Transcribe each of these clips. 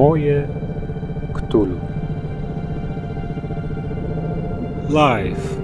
Moje Cthulhu Live.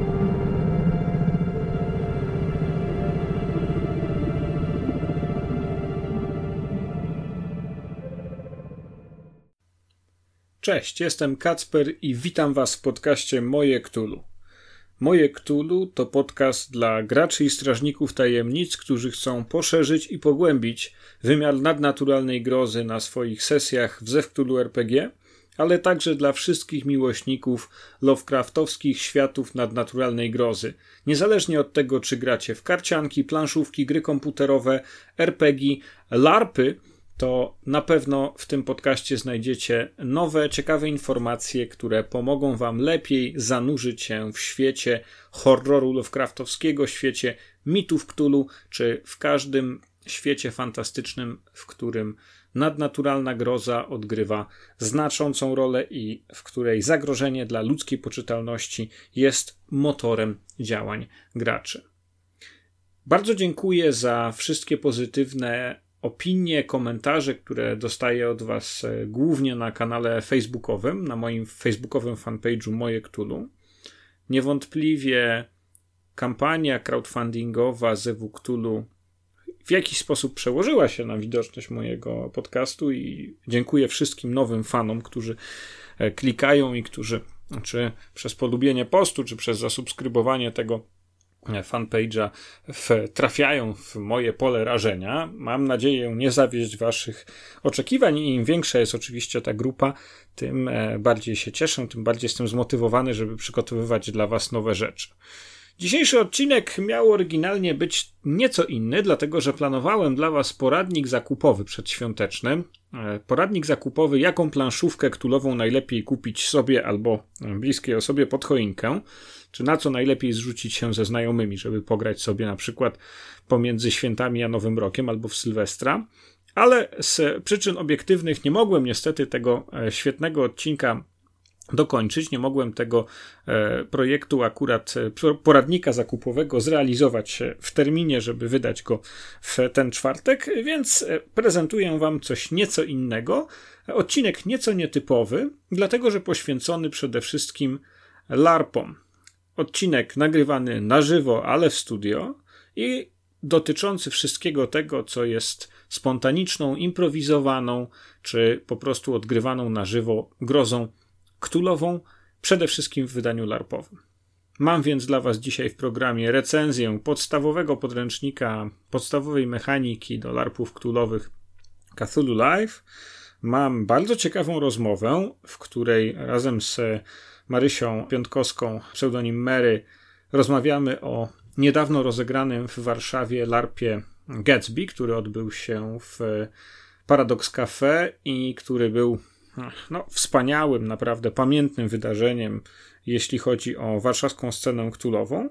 Cześć, jestem Kacper i witam Was w podcaście Moje Cthulhu. Moje Cthulhu to podcast dla graczy i strażników tajemnic, którzy chcą poszerzyć i pogłębić wymiar nadnaturalnej grozy na swoich sesjach w Ze Cthulhu RPG, ale także dla wszystkich miłośników lovecraftowskich światów nadnaturalnej grozy. Niezależnie od tego, czy gracie w karcianki, planszówki, gry komputerowe, RPG, larpy, to na pewno w tym podcaście znajdziecie nowe, ciekawe informacje, które pomogą Wam lepiej zanurzyć się w świecie horroru lovecraftowskiego, świecie mitów Cthulhu, czy w każdym świecie fantastycznym, w którym nadnaturalna groza odgrywa znaczącą rolę i w której zagrożenie dla ludzkiej poczytalności jest motorem działań graczy. Bardzo dziękuję za wszystkie pozytywne opinie, komentarze, które dostaję od Was głównie na kanale facebookowym, na moim facebookowym fanpage'u Moje Cthulhu. Niewątpliwie kampania crowdfundingowa Zewu Cthulhu w jakiś sposób przełożyła się na widoczność mojego podcastu i dziękuję wszystkim nowym fanom, którzy klikają i którzy czy przez polubienie postu, czy przez zasubskrybowanie tego fanpage'a trafiają w moje pole rażenia. Mam nadzieję nie zawieść Waszych oczekiwań i im większa jest oczywiście ta grupa, tym bardziej się cieszę, tym bardziej jestem zmotywowany, żeby przygotowywać dla Was nowe rzeczy. Dzisiejszy odcinek miał oryginalnie być nieco inny, dlatego że planowałem dla Was poradnik zakupowy przedświąteczny. Poradnik zakupowy, jaką planszówkę cthulhową najlepiej kupić sobie albo bliskiej osobie pod choinkę, czy na co najlepiej zrzucić się ze znajomymi, żeby pograć sobie na przykład pomiędzy świętami a Nowym Rokiem albo w Sylwestra. Ale z przyczyn obiektywnych nie mogłem niestety tego świetnego odcinka dokończyć, nie mogłem tego projektu akurat poradnika zakupowego zrealizować w terminie, żeby wydać go w ten czwartek, więc prezentuję Wam coś nieco innego. Odcinek nieco nietypowy, dlatego że poświęcony przede wszystkim larpom. Odcinek nagrywany na żywo, ale w studio i dotyczący wszystkiego tego, co jest spontaniczną, improwizowaną, czy po prostu odgrywaną na żywo grozą cthulhową, przede wszystkim w wydaniu larpowym. Mam więc dla Was dzisiaj w programie recenzję podstawowego podręcznika, podstawowej mechaniki do larpów cthulhowych Cthulhu Live. Mam bardzo ciekawą rozmowę, w której razem z Marysią Piątkowską, pseudonim Mary, rozmawiamy o niedawno rozegranym w Warszawie larpie Gatsby, który odbył się w Paradox Cafe i który był wspaniałym, naprawdę pamiętnym wydarzeniem, jeśli chodzi o warszawską scenę cthulhową.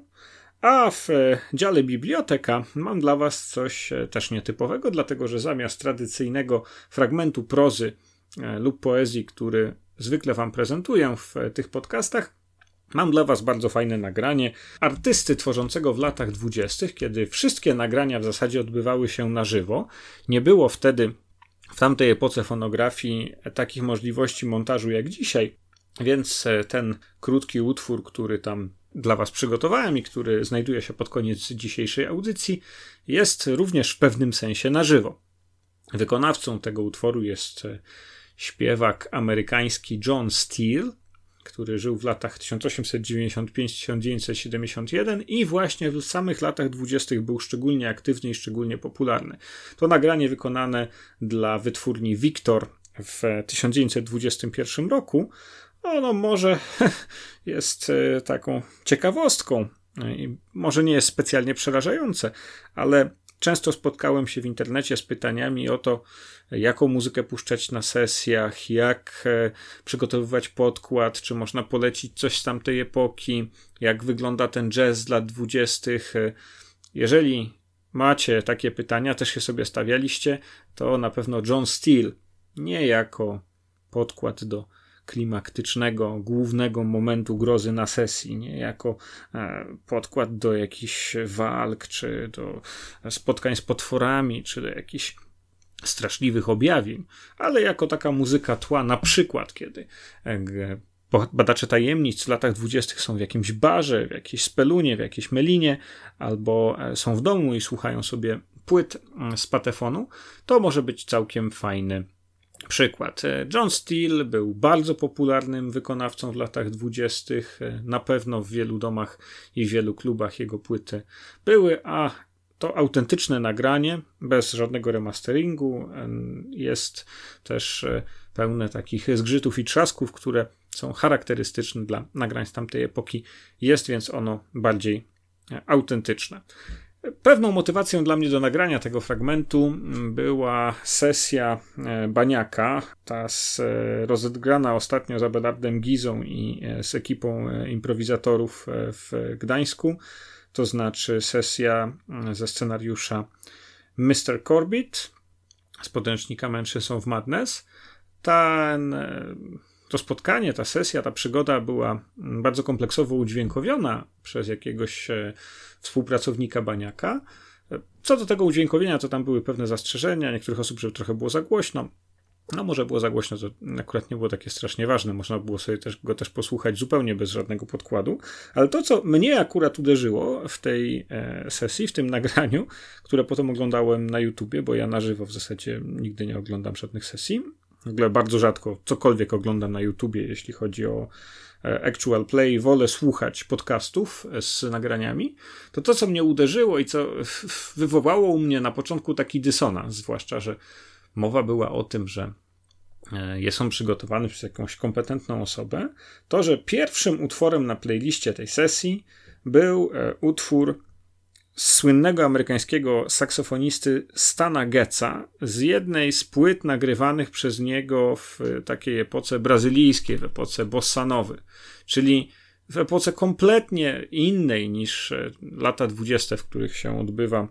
A w dziale biblioteka mam dla Was coś też nietypowego, dlatego że zamiast tradycyjnego fragmentu prozy lub poezji, który zwykle Wam prezentuję w tych podcastach, mam dla Was bardzo fajne nagranie artysty tworzącego w latach 20., kiedy wszystkie nagrania w zasadzie odbywały się na żywo. Nie było wtedy w tamtej epoce fonografii takich możliwości montażu jak dzisiaj, więc ten krótki utwór, który tam dla Was przygotowałem i który znajduje się pod koniec dzisiejszej audycji, jest również w pewnym sensie na żywo. Wykonawcą tego utworu jest śpiewak amerykański John Steele, który żył w latach 1895-1971 i właśnie w samych latach 20. był szczególnie aktywny i szczególnie popularny. To nagranie wykonane dla wytwórni Victor w 1921 roku, ono może jest taką ciekawostką i może nie jest specjalnie przerażające, ale często spotkałem się w internecie z pytaniami o to, jaką muzykę puszczać na sesjach, jak przygotowywać podkład, czy można polecić coś z tamtej epoki, jak wygląda ten jazz z lat 20. Jeżeli macie takie pytania, też się sobie stawialiście, to na pewno John Steele, nie jako podkład do klimaktycznego, głównego momentu grozy na sesji, nie jako podkład do jakichś walk, czy do spotkań z potworami, czy do jakichś straszliwych objawień, ale jako taka muzyka tła, na przykład kiedy badacze tajemnic w latach 20. są w jakimś barze, w jakiejś spelunie, w jakiejś melinie, albo są w domu i słuchają sobie płyt z patefonu, to może być całkiem fajny przykład. John Steele był bardzo popularnym wykonawcą w latach 20. Na pewno w wielu domach i w wielu klubach jego płyty były, a to autentyczne nagranie, bez żadnego remasteringu, jest też pełne takich zgrzytów i trzasków, które są charakterystyczne dla nagrań z tamtej epoki. Jest więc ono bardziej autentyczne. Pewną motywacją dla mnie do nagrania tego fragmentu była sesja Baniaka, ta rozegrana ostatnio z Abelardem Gizą i z ekipą improwizatorów w Gdańsku, to znaczy sesja ze scenariusza Mr. Corbett z podręcznika Mansions of Madness. To spotkanie, ta sesja, ta przygoda była bardzo kompleksowo udźwiękowiona przez jakiegoś współpracownika Baniaka. Co do tego udźwiękowienia, to tam były pewne zastrzeżenia niektórych osób, że trochę było za głośno. No może było za głośno, to akurat nie było takie strasznie ważne. Można było sobie go też posłuchać zupełnie bez żadnego podkładu. Ale to, co mnie akurat uderzyło w tej sesji, w tym nagraniu, które potem oglądałem na YouTubie, bo ja na żywo w zasadzie nigdy nie oglądam żadnych sesji. W ogóle bardzo rzadko cokolwiek oglądam na YouTubie, jeśli chodzi o actual play. Wolę słuchać podcastów z nagraniami. To, co mnie uderzyło i co wywołało u mnie na początku taki dysonans, zwłaszcza, że mowa była o tym, że jest on przygotowany przez jakąś kompetentną osobę, to, że pierwszym utworem na playliście tej sesji był utwór słynnego amerykańskiego saksofonisty Stana Getza z jednej z płyt nagrywanych przez niego w takiej epoce brazylijskiej, w epoce bossanowy, czyli w epoce kompletnie innej niż lata 20., w których się odbywa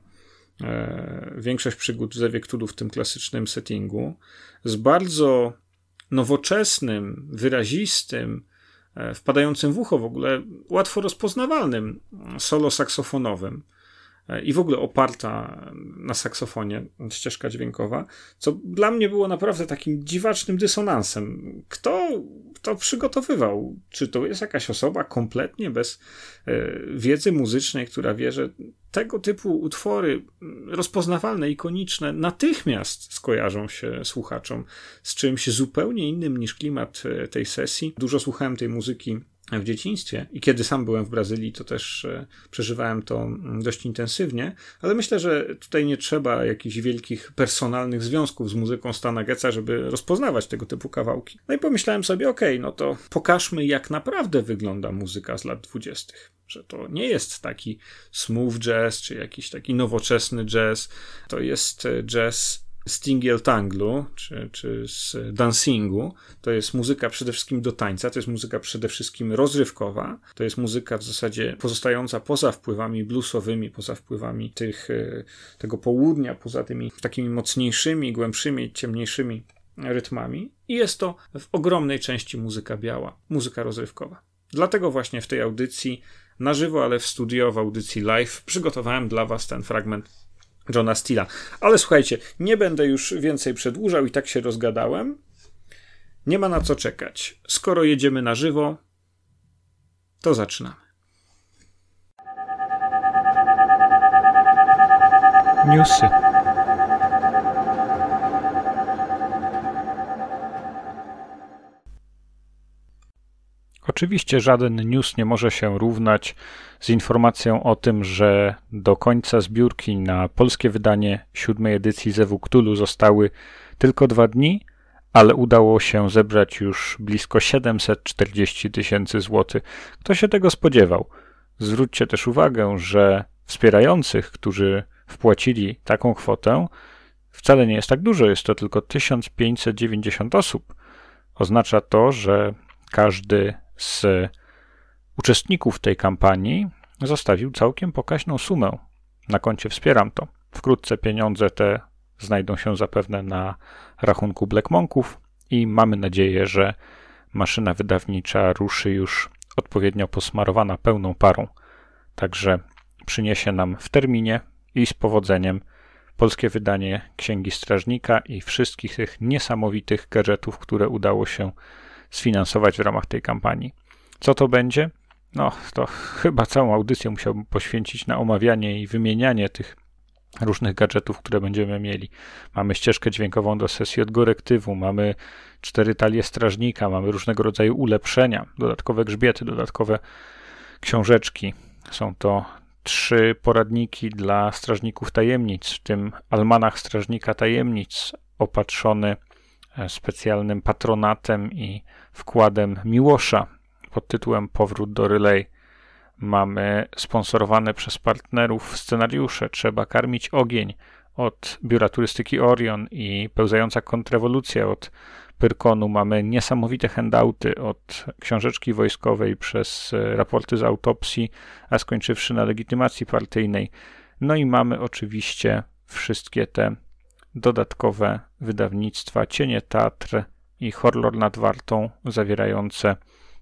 większość przygód Zewie Cthulhu w tym klasycznym settingu, z bardzo nowoczesnym, wyrazistym, wpadającym w ucho w ogóle łatwo rozpoznawalnym solo saksofonowym i w ogóle oparta na saksofonie ścieżka dźwiękowa, co dla mnie było naprawdę takim dziwacznym dysonansem. Kto to przygotowywał? Czy to jest jakaś osoba kompletnie bez wiedzy muzycznej, która wie, że tego typu utwory rozpoznawalne, ikoniczne natychmiast skojarzą się słuchaczom z czymś zupełnie innym niż klimat tej sesji. Dużo słuchałem tej muzyki w dzieciństwie i kiedy sam byłem w Brazylii, to też przeżywałem to dość intensywnie, ale myślę, że tutaj nie trzeba jakichś wielkich personalnych związków z muzyką Stana Getza, żeby rozpoznawać tego typu kawałki. No i pomyślałem sobie, no to pokażmy, jak naprawdę wygląda muzyka z lat 20., że to nie jest taki smooth jazz, czy jakiś taki nowoczesny jazz, to jest jazz z tingiel-tanglu, czy z dancingu. To jest muzyka przede wszystkim do tańca, to jest muzyka przede wszystkim rozrywkowa, to jest muzyka w zasadzie pozostająca poza wpływami bluesowymi, poza wpływami tego południa, poza tymi takimi mocniejszymi, głębszymi, ciemniejszymi rytmami. I jest to w ogromnej części muzyka biała, muzyka rozrywkowa. Dlatego właśnie w tej audycji na żywo, ale w studio, w audycji live przygotowałem dla was ten fragment Johna Steele'a. Ale słuchajcie, nie będę już więcej przedłużał i tak się rozgadałem. Nie ma na co czekać. Skoro jedziemy na żywo, to zaczynamy. Newsy. Oczywiście żaden news nie może się równać z informacją o tym, że do końca zbiórki na polskie wydanie 7. edycji Zewu Cthulhu zostały tylko 2 dni, ale udało się zebrać już blisko 740 000 złotych. Kto się tego spodziewał? Zwróćcie też uwagę, że wspierających, którzy wpłacili taką kwotę, wcale nie jest tak dużo, jest to tylko 1590 osób. Oznacza to, że każdy z uczestników tej kampanii zostawił całkiem pokaźną sumę na koncie Wspieram to. Wkrótce pieniądze te znajdą się zapewne na rachunku Black Monków i mamy nadzieję, że maszyna wydawnicza ruszy już odpowiednio posmarowana pełną parą. Także przyniesie nam w terminie i z powodzeniem polskie wydanie Księgi Strażnika i wszystkich tych niesamowitych gadżetów, które udało się sfinansować w ramach tej kampanii. Co to będzie? No, to chyba całą audycję musiałbym poświęcić na omawianie i wymienianie tych różnych gadżetów, które będziemy mieli. Mamy ścieżkę dźwiękową do sesji odgorektywu, mamy 4 talie strażnika, mamy różnego rodzaju ulepszenia, dodatkowe grzbiety, dodatkowe książeczki. Są to 3 poradniki dla strażników tajemnic, w tym almanach strażnika tajemnic, opatrzony specjalnym patronatem i wkładem Miłosza pod tytułem Powrót do Relay. Mamy sponsorowane przez partnerów scenariusze Trzeba karmić ogień od Biura Turystyki Orion i Pełzająca kontrrewolucja od Pyrkonu. Mamy niesamowite handouty od książeczki wojskowej przez raporty z autopsji, a skończywszy na legitymacji partyjnej. No i mamy oczywiście wszystkie te dodatkowe wydawnictwa Cienie Tatr i Horror nad Wartą, zawierające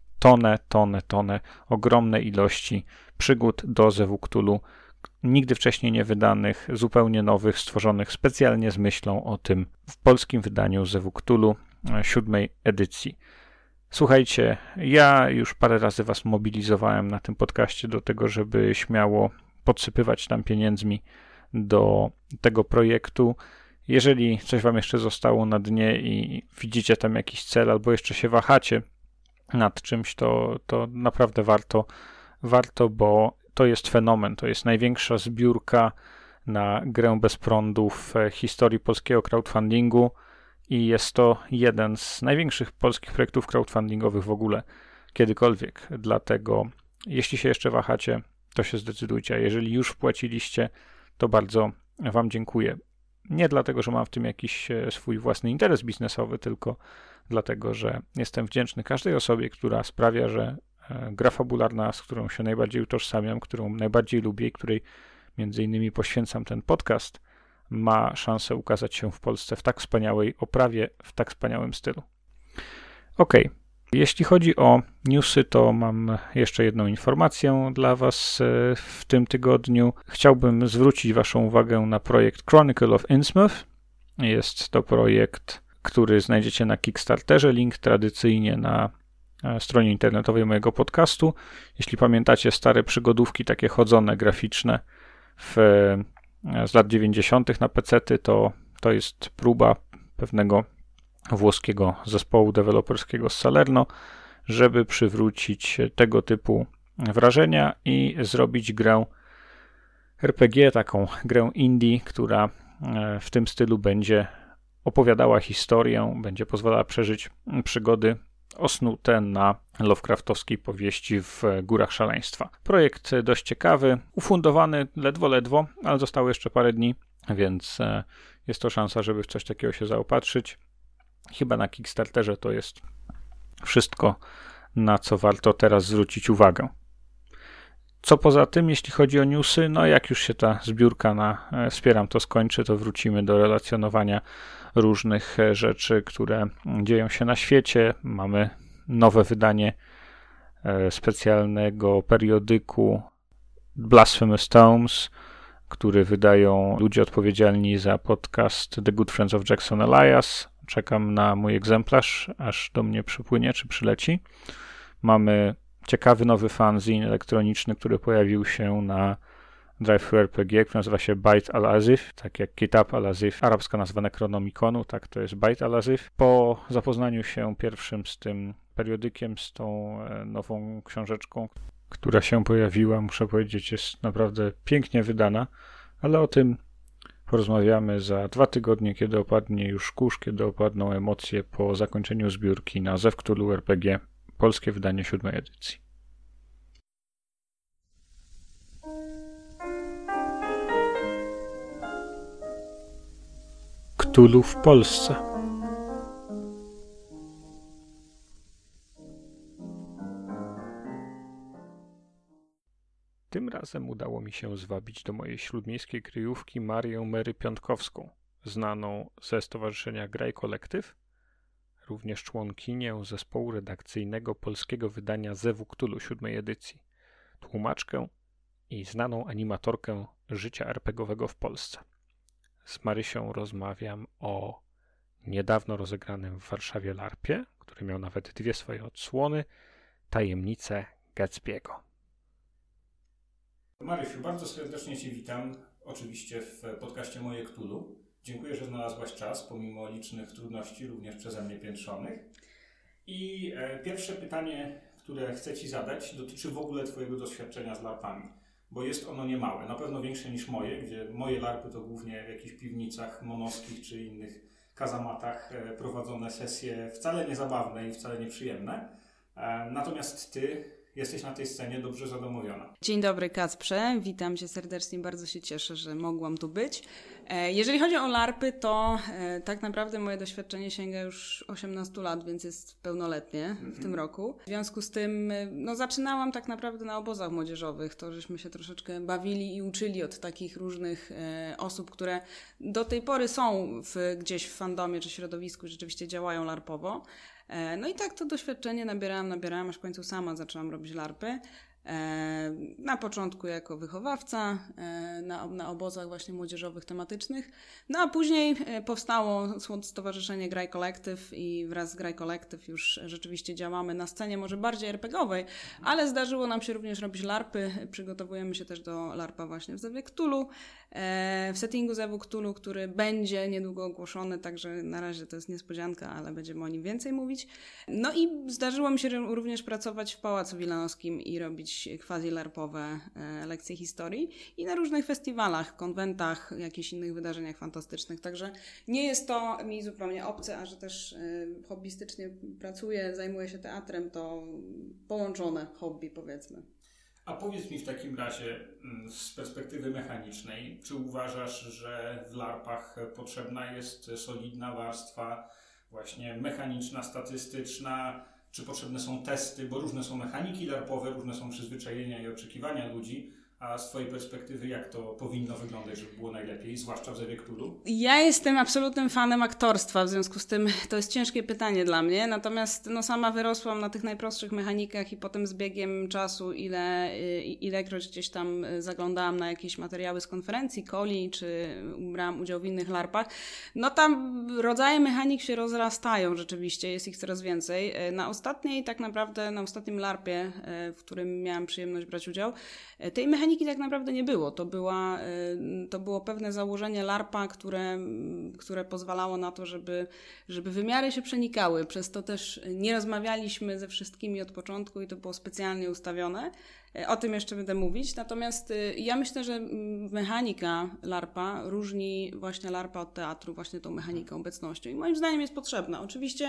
tonę, ogromne ilości przygód do Zewu Cthulhu, nigdy wcześniej nie wydanych, zupełnie nowych, stworzonych specjalnie z myślą o tym w polskim wydaniu Zewu Cthulhu 7. edycji. Słuchajcie, ja już parę razy was mobilizowałem na tym podcaście do tego, żeby śmiało podsypywać tam pieniędzmi do tego projektu. Jeżeli coś wam jeszcze zostało na dnie i widzicie tam jakiś cel, albo jeszcze się wahacie nad czymś, to naprawdę warto, bo to jest fenomen. To jest największa zbiórka na grę bez prądu w historii polskiego crowdfundingu i jest to jeden z największych polskich projektów crowdfundingowych w ogóle kiedykolwiek. Dlatego jeśli się jeszcze wahacie, to się zdecydujcie, a jeżeli już wpłaciliście, to bardzo wam dziękuję. Nie dlatego, że mam w tym jakiś swój własny interes biznesowy, tylko dlatego, że jestem wdzięczny każdej osobie, która sprawia, że gra fabularna, z którą się najbardziej utożsamiam, którą najbardziej lubię i której między innymi poświęcam ten podcast, ma szansę ukazać się w Polsce w tak wspaniałej oprawie, w tak wspaniałym stylu. Okej. Jeśli chodzi o newsy, to mam jeszcze jedną informację dla was w tym tygodniu. Chciałbym zwrócić waszą uwagę na projekt Chronicle of Innsmouth. Jest to projekt, który znajdziecie na Kickstarterze, link tradycyjnie na stronie internetowej mojego podcastu. Jeśli pamiętacie stare przygodówki, takie chodzone, graficzne z lat 90. na PC-ty, to jest próba pewnego włoskiego zespołu deweloperskiego z Salerno, żeby przywrócić tego typu wrażenia i zrobić grę RPG, taką grę indie, która w tym stylu będzie opowiadała historię, będzie pozwalała przeżyć przygody osnute na Lovecraftowskiej powieści w Górach Szaleństwa. Projekt dość ciekawy, ufundowany ledwo, ale zostało jeszcze parę dni, więc jest to szansa, żeby w coś takiego się zaopatrzyć. Chyba na Kickstarterze to jest wszystko, na co warto teraz zwrócić uwagę. Co poza tym, jeśli chodzi o newsy, no jak już się ta zbiórka na Wspieram to skończy, to wrócimy do relacjonowania różnych rzeczy, które dzieją się na świecie. Mamy nowe wydanie specjalnego periodyku Blasphemous Tomes, który wydają ludzie odpowiedzialni za podcast The Good Friends of Jackson Elias. Czekam na mój egzemplarz, aż do mnie przypłynie, czy przyleci. Mamy ciekawy nowy fanzine elektroniczny, który pojawił się na Drive RPG, który nazywa się Bait al-Azif, tak jak Kitab al-Azif, arabska nazwa Necronomiconu, tak to jest Bait al-Azif. Po zapoznaniu się pierwszym z tym periodykiem, z tą nową książeczką, która się pojawiła, muszę powiedzieć, jest naprawdę pięknie wydana, ale o tym porozmawiamy za 2 tygodnie, kiedy opadnie już kurz, kiedy opadną emocje po zakończeniu zbiórki na Zew Cthulhu RPG, polskie wydanie 7. edycji. Cthulhu w Polsce. Tym razem udało mi się zwabić do mojej śródmiejskiej kryjówki Marię Mary Piątkowską, znaną ze Stowarzyszenia Graj Kolektyw, również członkinię zespołu redakcyjnego polskiego wydania Zewu Cthulhu 7. edycji, tłumaczkę i znaną animatorkę życia RPGowego w Polsce. Z Marysią rozmawiam o niedawno rozegranym w Warszawie LARPie, który miał nawet 2 swoje odsłony, Tajemnice Gatsby'ego. Marysiu, bardzo serdecznie Cię witam, oczywiście w podcaście Moje Cthulhu. Dziękuję, że znalazłaś czas, pomimo licznych trudności, również przeze mnie piętrzonych. I pierwsze pytanie, które chcę Ci zadać, dotyczy w ogóle Twojego doświadczenia z LARPami, bo jest ono niemałe, na pewno większe niż moje, gdzie moje LARPy to głównie w jakichś piwnicach monowskich czy innych kazamatach prowadzone sesje wcale nie zabawne i wcale nie przyjemne. Natomiast Ty jesteś na tej scenie dobrze zadomowiona. Dzień dobry, Kacprze. Witam Cię serdecznie. Bardzo się cieszę, że mogłam tu być. Jeżeli chodzi o LARPy, to tak naprawdę moje doświadczenie sięga już 18 lat, więc jest pełnoletnie w tym roku. W związku z tym zaczynałam tak naprawdę na obozach młodzieżowych. To żeśmy się troszeczkę bawili i uczyli od takich różnych osób, które do tej pory są gdzieś w fandomie czy środowisku, rzeczywiście działają LARPowo. No i tak to doświadczenie nabierałam, aż w końcu sama zaczęłam robić LARPy. Na początku jako wychowawca, na obozach właśnie młodzieżowych, tematycznych. No a później powstało Stowarzyszenie Graj Collective i wraz z Graj Collective już rzeczywiście działamy na scenie może bardziej RPGowej, ale zdarzyło nam się również robić LARPy. Przygotowujemy się też do LARPa właśnie w Zewie Cthulhu, w settingu Zewu Cthulhu, który będzie niedługo ogłoszony, także na razie to jest niespodzianka, ale będziemy o nim więcej mówić. No i zdarzyło mi się również pracować w Pałacu Wilanowskim i robić quasi-larpowe lekcje historii i na różnych festiwalach, konwentach, jakichś innych wydarzeniach fantastycznych. Także nie jest to mi zupełnie obce, a że też hobbystycznie pracuję, zajmuję się teatrem, to połączone hobby, powiedzmy. A powiedz mi w takim razie z perspektywy mechanicznej, czy uważasz, że w LARPach potrzebna jest solidna warstwa właśnie mechaniczna, statystyczna, czy potrzebne są testy, bo różne są mechaniki LARPowe, różne są przyzwyczajenia i oczekiwania ludzi, a z Twojej perspektywy jak to powinno wyglądać, żeby było najlepiej, zwłaszcza w Zewie Cthulhu? Ja jestem absolutnym fanem aktorstwa, w związku z tym to jest ciężkie pytanie dla mnie, natomiast sama wyrosłam na tych najprostszych mechanikach i potem z biegiem czasu, ilekroć gdzieś tam zaglądałam na jakieś materiały z konferencji, coli, czy brałam udział w innych LARPach, tam rodzaje mechanik się rozrastają rzeczywiście, jest ich coraz więcej. Na ostatnim LARPie, w którym miałam przyjemność brać udział, tej mechaniki tak naprawdę nie było. To było pewne założenie LARPa, które pozwalało na to, żeby wymiary się przenikały. Przez to też nie rozmawialiśmy ze wszystkimi od początku i to było specjalnie ustawione. O tym jeszcze będę mówić. Natomiast ja myślę, że mechanika LARPa różni właśnie LARPa od teatru właśnie tą mechaniką, obecnością. I moim zdaniem jest potrzebna. Oczywiście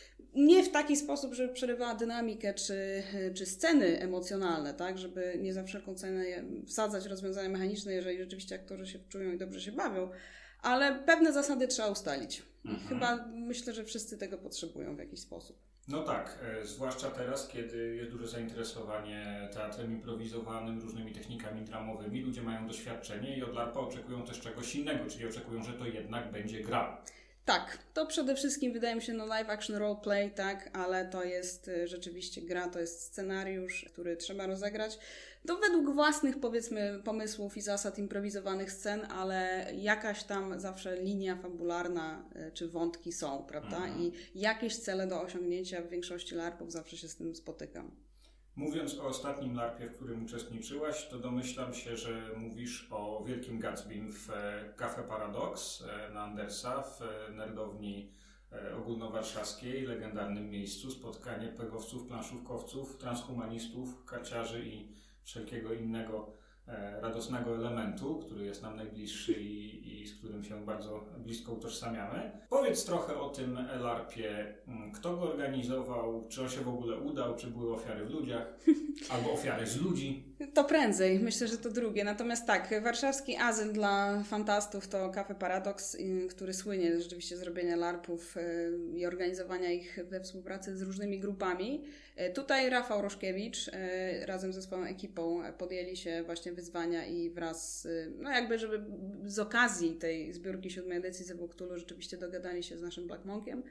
nie w taki sposób, żeby przerywała dynamikę czy sceny emocjonalne, tak, żeby nie za wszelką cenę wsadzać rozwiązania mechaniczne, jeżeli rzeczywiście aktorzy się czują i dobrze się bawią, ale pewne zasady trzeba ustalić. Chyba myślę, że wszyscy tego potrzebują w jakiś sposób. No tak, zwłaszcza teraz, kiedy jest duże zainteresowanie teatrem improwizowanym, różnymi technikami dramowymi, ludzie mają doświadczenie i od LARPa oczekują też czegoś innego, czyli oczekują, że to jednak będzie gra. Tak, to przede wszystkim wydaje mi się live action roleplay, tak, ale to jest rzeczywiście gra, to jest scenariusz, który trzeba rozegrać. To według własnych, powiedzmy, pomysłów i zasad improwizowanych scen, ale jakaś tam zawsze linia fabularna czy wątki są, prawda? I jakieś cele do osiągnięcia w większości LARPów zawsze się z tym spotykam. Mówiąc o ostatnim LARPie, w którym uczestniczyłaś, to domyślam się, że mówisz o Wielkim Gatsbym w Café Paradox na Andersa, w nerdowni ogólnowarszawskiej, legendarnym miejscu, spotkanie pegowców, planszówkowców, transhumanistów, karciarzy i wszelkiego innego radosnego elementu, który jest nam najbliższy i z którym się bardzo blisko utożsamiamy. Powiedz trochę o tym LARPie. Kto go organizował? Czy on się w ogóle udał? Czy były ofiary w ludziach? Albo ofiary z ludzi? To prędzej. Myślę, że to drugie. Natomiast tak, warszawski azyl dla fantastów to Café Paradox, który słynie rzeczywiście z robienia LARPów i organizowania ich we współpracy z różnymi grupami. Tutaj Rafał Roszkiewicz razem ze swoją ekipą podjęli się właśnie wyzwania i wraz, żeby z okazji tej zbiórki 7. edycji Zewu Cthulhu rzeczywiście dogadali się z naszym Black Monkiem.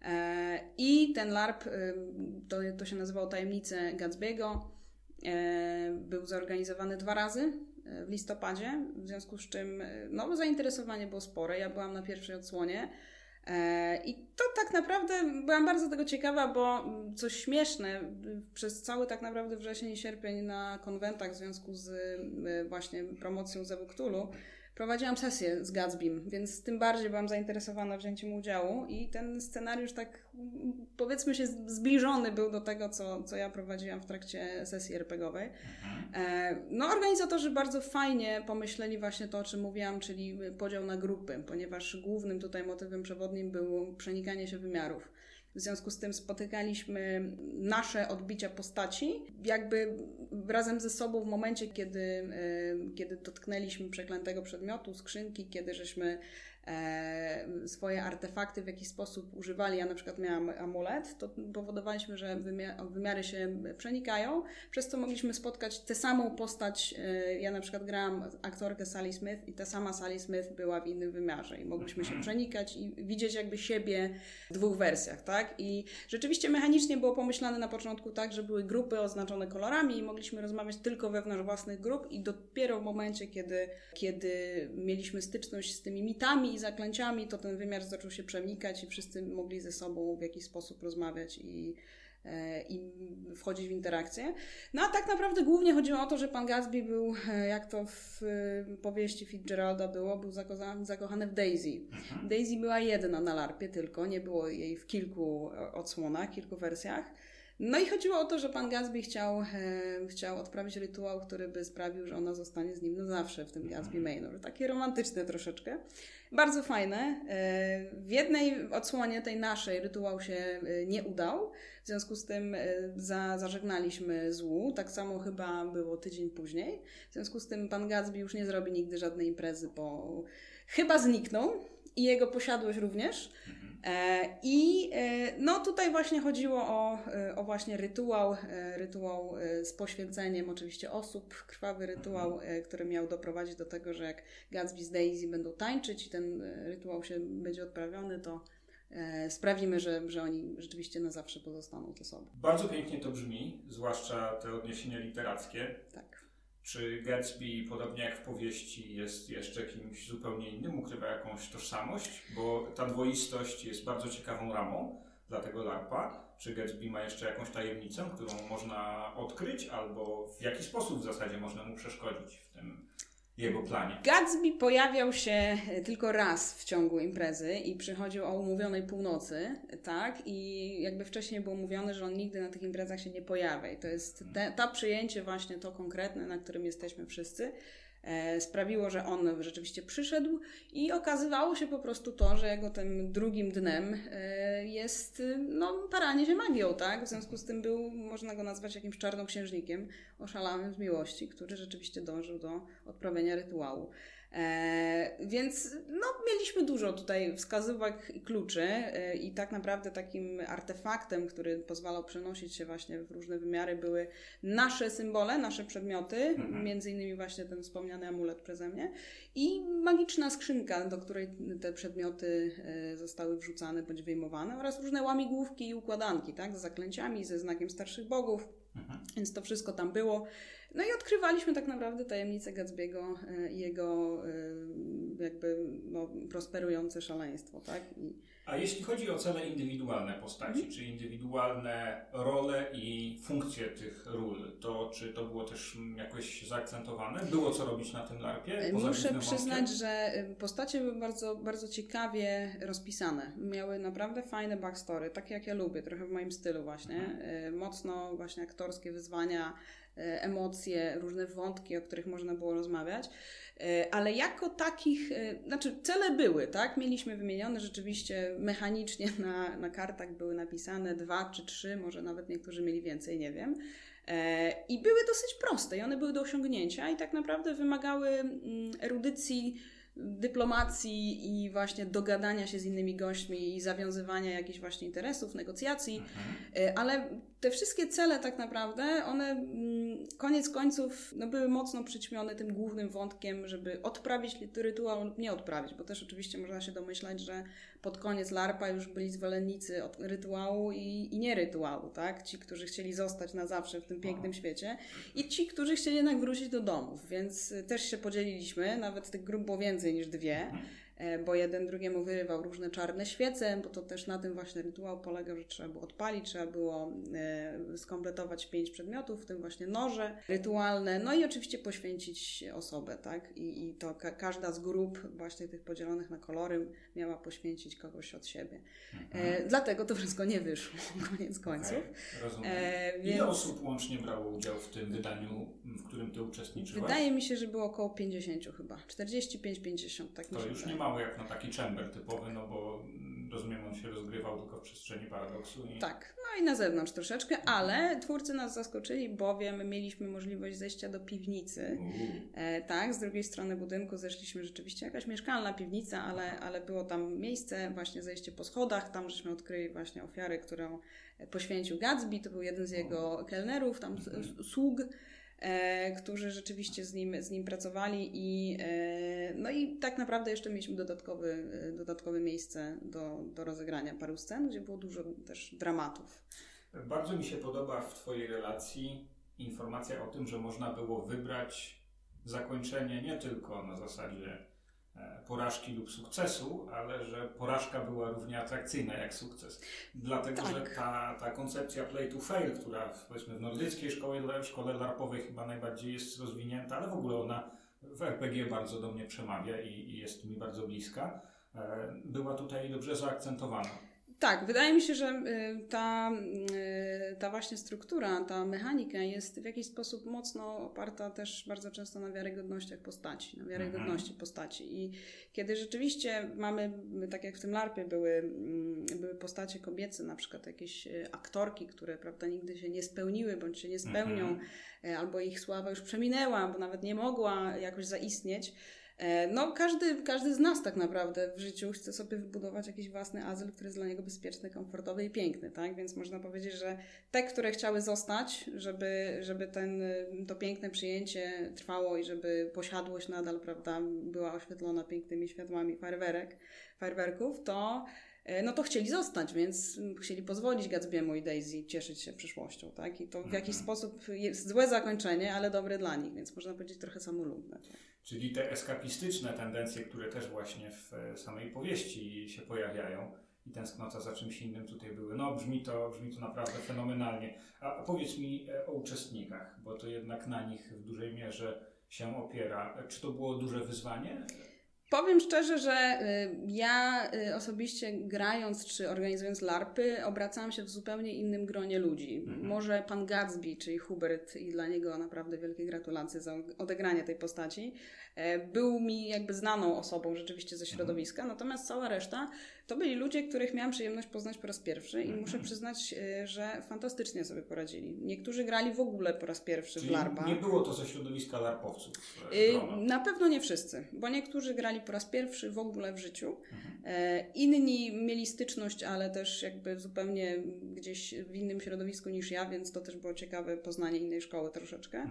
I ten LARP, to się nazywało Tajemnice Gatsby'ego, był zorganizowany 2 razy. w listopadzie, w związku z czym no, zainteresowanie było spore. Ja byłam na pierwszej odsłonie. I to tak naprawdę byłam bardzo tego ciekawa, bo coś śmieszne, przez cały tak naprawdę wrzesień i sierpień na konwentach w związku z właśnie promocją Zewu Cthulhu prowadziłam sesję z Gatsbym, więc tym bardziej byłam zainteresowana wzięciem udziału i ten scenariusz tak powiedzmy się zbliżony był do tego, co ja prowadziłam w trakcie sesji RPG-owej. No organizatorzy bardzo fajnie pomyśleli właśnie to, o czym mówiłam, czyli podział na grupy, ponieważ głównym tutaj motywem przewodnim było przenikanie się wymiarów. W związku z tym spotykaliśmy nasze odbicia postaci jakby razem ze sobą w momencie, kiedy dotknęliśmy przeklętego przedmiotu, skrzynki, kiedy żeśmy swoje artefakty w jakiś sposób używali. Ja na przykład miałam amulet, to powodowaliśmy, że wymiary się przenikają, przez co mogliśmy spotkać tę samą postać. Ja na przykład grałam aktorkę Sally Smith i ta sama Sally Smith była w innym wymiarze i mogliśmy się przenikać i widzieć jakby siebie w dwóch wersjach, tak? I rzeczywiście mechanicznie było pomyślane na początku tak, że były grupy oznaczone kolorami i mogliśmy rozmawiać tylko wewnątrz własnych grup i dopiero w momencie, kiedy mieliśmy styczność z tymi mitami i zaklęciami, to ten wymiar zaczął się przenikać i wszyscy mogli ze sobą w jakiś sposób rozmawiać i wchodzić w interakcję. No a tak naprawdę głównie chodziło o to, że pan Gatsby był, jak to w powieści Fitzgeralda był zakochany w Daisy. Daisy była jedna na larpie tylko, nie było jej w kilku odsłonach, kilku wersjach. No i chodziło o to, że pan Gatsby chciał odprawić rytuał, który by sprawił, że ona zostanie z nim na zawsze w tym Gatsby Manor. Takie romantyczne troszeczkę. Bardzo fajne. W jednej odsłonie tej naszej rytuał się nie udał. W związku z tym zażegnaliśmy złu. Tak samo chyba było tydzień później. W związku z tym pan Gatsby już nie zrobi nigdy żadnej imprezy, bo chyba zniknął. I jego posiadłość również. No tutaj właśnie chodziło o właśnie rytuał z poświęceniem oczywiście osób, krwawy rytuał, który miał doprowadzić do tego, że jak Gatsby z Daisy będą tańczyć i ten rytuał się będzie odprawiony, to sprawimy, że oni rzeczywiście na zawsze pozostaną ze sobą. Bardzo pięknie to brzmi, zwłaszcza te odniesienia literackie. Tak. Czy Gatsby, podobnie jak w powieści, jest jeszcze kimś zupełnie innym, ukrywa jakąś tożsamość? Bo ta dwoistość jest bardzo ciekawą ramą dla tego LARPa. Czy Gatsby ma jeszcze jakąś tajemnicę, którą można odkryć, albo w jaki sposób w zasadzie można mu przeszkodzić w tym jego planie? Gatsby pojawiał się tylko raz w ciągu imprezy i przychodził o umówionej północy, tak? I jakby wcześniej było mówione, że on nigdy na tych imprezach się nie pojawia. I to jest to przyjęcie właśnie to konkretne, na którym jesteśmy wszyscy, sprawiło, że on rzeczywiście przyszedł i okazywało się po prostu to, że jego tym drugim dnem jest paranie się magią, tak? W związku z tym można go nazwać jakimś czarnoksiężnikiem oszalałym z miłości, który rzeczywiście dążył do odprawienia rytuału. Więc mieliśmy dużo tutaj wskazówek i kluczy i tak naprawdę takim artefaktem, który pozwalał przenosić się właśnie w różne wymiary, były nasze symbole, nasze przedmioty, między innymi właśnie ten wspomniany amulet przeze mnie i magiczna skrzynka, do której te przedmioty zostały wrzucane bądź wyjmowane oraz różne łamigłówki i układanki, tak, z zaklęciami, ze znakiem starszych bogów. Więc to wszystko tam było. No i odkrywaliśmy tak naprawdę tajemnicę Gatsby'ego i jego prosperujące szaleństwo, tak? A jeśli chodzi o cele indywidualne postaci, czy indywidualne role i funkcje tych ról, to czy to było też jakoś zaakcentowane? Było co robić na tym LARPie? Muszę przyznać, że postacie były bardzo, bardzo ciekawie rozpisane. Miały naprawdę fajne backstory, takie jak ja lubię, trochę w moim stylu właśnie. Mocno właśnie aktorskie wyzwania, emocje, różne wątki, o których można było rozmawiać, ale jako takich, cele były, tak? Mieliśmy wymienione rzeczywiście mechanicznie na kartach były napisane 2 czy 3, może nawet niektórzy mieli więcej, nie wiem. I były dosyć proste i one były do osiągnięcia i tak naprawdę wymagały erudycji, dyplomacji i właśnie dogadania się z innymi gośćmi i zawiązywania jakichś właśnie interesów, negocjacji, ale te wszystkie cele tak naprawdę, one koniec końców były mocno przyćmione tym głównym wątkiem, żeby odprawić rytuał lub nie odprawić, bo też oczywiście można się domyślać, że pod koniec LARPa już byli zwolennicy od rytuału i nie rytuału, tak? Ci, którzy chcieli zostać na zawsze w tym pięknym świecie i ci, którzy chcieli jednak wrócić do domów, więc też się podzieliliśmy, nawet tych grup było więcej niż 2, bo jeden drugiemu wyrywał różne czarne świece, bo to też na tym właśnie rytuał polegał, że trzeba było odpalić, trzeba było skompletować 5 przedmiotów, w tym właśnie noże rytualne, no i oczywiście poświęcić osobę, tak? I to każda z grup właśnie tych podzielonych na kolory miała poświęcić kogoś od siebie. Dlatego to wszystko nie wyszło, koniec końców. Okay, rozumiem. Ile osób łącznie brało udział w tym wydaniu, w którym ty uczestniczyłaś? Wydaje mi się, że było około 50 chyba. 45-50, tak mi się To już nie mało jak na taki chamber typowy, no bo rozumiem, on się rozgrywał tylko w przestrzeni paradoksu. Tak, no i na zewnątrz troszeczkę, ale twórcy nas zaskoczyli, bowiem mieliśmy możliwość zejścia do piwnicy. Tak, z drugiej strony budynku zeszliśmy rzeczywiście jakaś mieszkalna piwnica, ale było tam miejsce, właśnie zejście po schodach, tam żeśmy odkryli właśnie ofiarę, którą poświęcił Gatsby, to był jeden z jego kelnerów, tam sług, którzy rzeczywiście z nim pracowali no i tak naprawdę jeszcze mieliśmy dodatkowe miejsce do rozegrania paru scen, gdzie było dużo też dramatów. Bardzo mi się podoba w twojej relacji informacja o tym, że można było wybrać zakończenie nie tylko na zasadzie porażki lub sukcesu, ale że porażka była równie atrakcyjna jak sukces. Dlatego, że ta koncepcja play to fail, która powiedzmy w nordyckiej szkole larpowej chyba najbardziej jest rozwinięta, ale w ogóle ona w RPG bardzo do mnie przemawia i jest mi bardzo bliska, była tutaj dobrze zaakcentowana. Tak, wydaje mi się, że ta właśnie struktura, ta mechanika jest w jakiś sposób mocno oparta też bardzo często na wiarygodnościach postaci, na wiarygodności postaci. I kiedy rzeczywiście mamy, tak jak w tym LARPie były postacie kobiece, na przykład jakieś aktorki, które prawda, nigdy się nie spełniły, bądź się nie spełnią, albo ich sława już przeminęła, bo nawet nie mogła jakoś zaistnieć. No, każdy z nas tak naprawdę w życiu chce sobie wybudować jakiś własny azyl, który jest dla niego bezpieczny, komfortowy i piękny, tak? Więc można powiedzieć, że te, które chciały zostać, żeby to piękne przyjęcie trwało i żeby posiadłość nadal, prawda, była oświetlona pięknymi światłami fajerwerków, to chcieli zostać, więc chcieli pozwolić Gatsby'emu i Daisy cieszyć się przyszłością, tak? I to w jakiś sposób jest złe zakończenie, ale dobre dla nich, więc można powiedzieć trochę samolubne. Tak? Czyli te eskapistyczne tendencje, które też właśnie w samej powieści się pojawiają i tęsknota za czymś innym tutaj były. No, brzmi to naprawdę fenomenalnie. A powiedz mi o uczestnikach, bo to jednak na nich w dużej mierze się opiera. Czy to było duże wyzwanie? Powiem szczerze, że ja osobiście grając czy organizując LARPy obracałam się w zupełnie innym gronie ludzi. Może pan Gatsby, czyli Hubert, i dla niego naprawdę wielkie gratulacje za odegranie tej postaci, był mi jakby znaną osobą rzeczywiście ze środowiska, natomiast cała reszta to byli ludzie, których miałam przyjemność poznać po raz pierwszy i muszę przyznać, że fantastycznie sobie poradzili. Niektórzy grali w ogóle po raz pierwszy w LARPa. Nie było to ze środowiska larpowców? Na pewno nie wszyscy, bo niektórzy grali po raz pierwszy w ogóle w życiu. Inni mieli styczność, ale też jakby zupełnie gdzieś w innym środowisku niż ja, więc to też było ciekawe poznanie innej szkoły troszeczkę.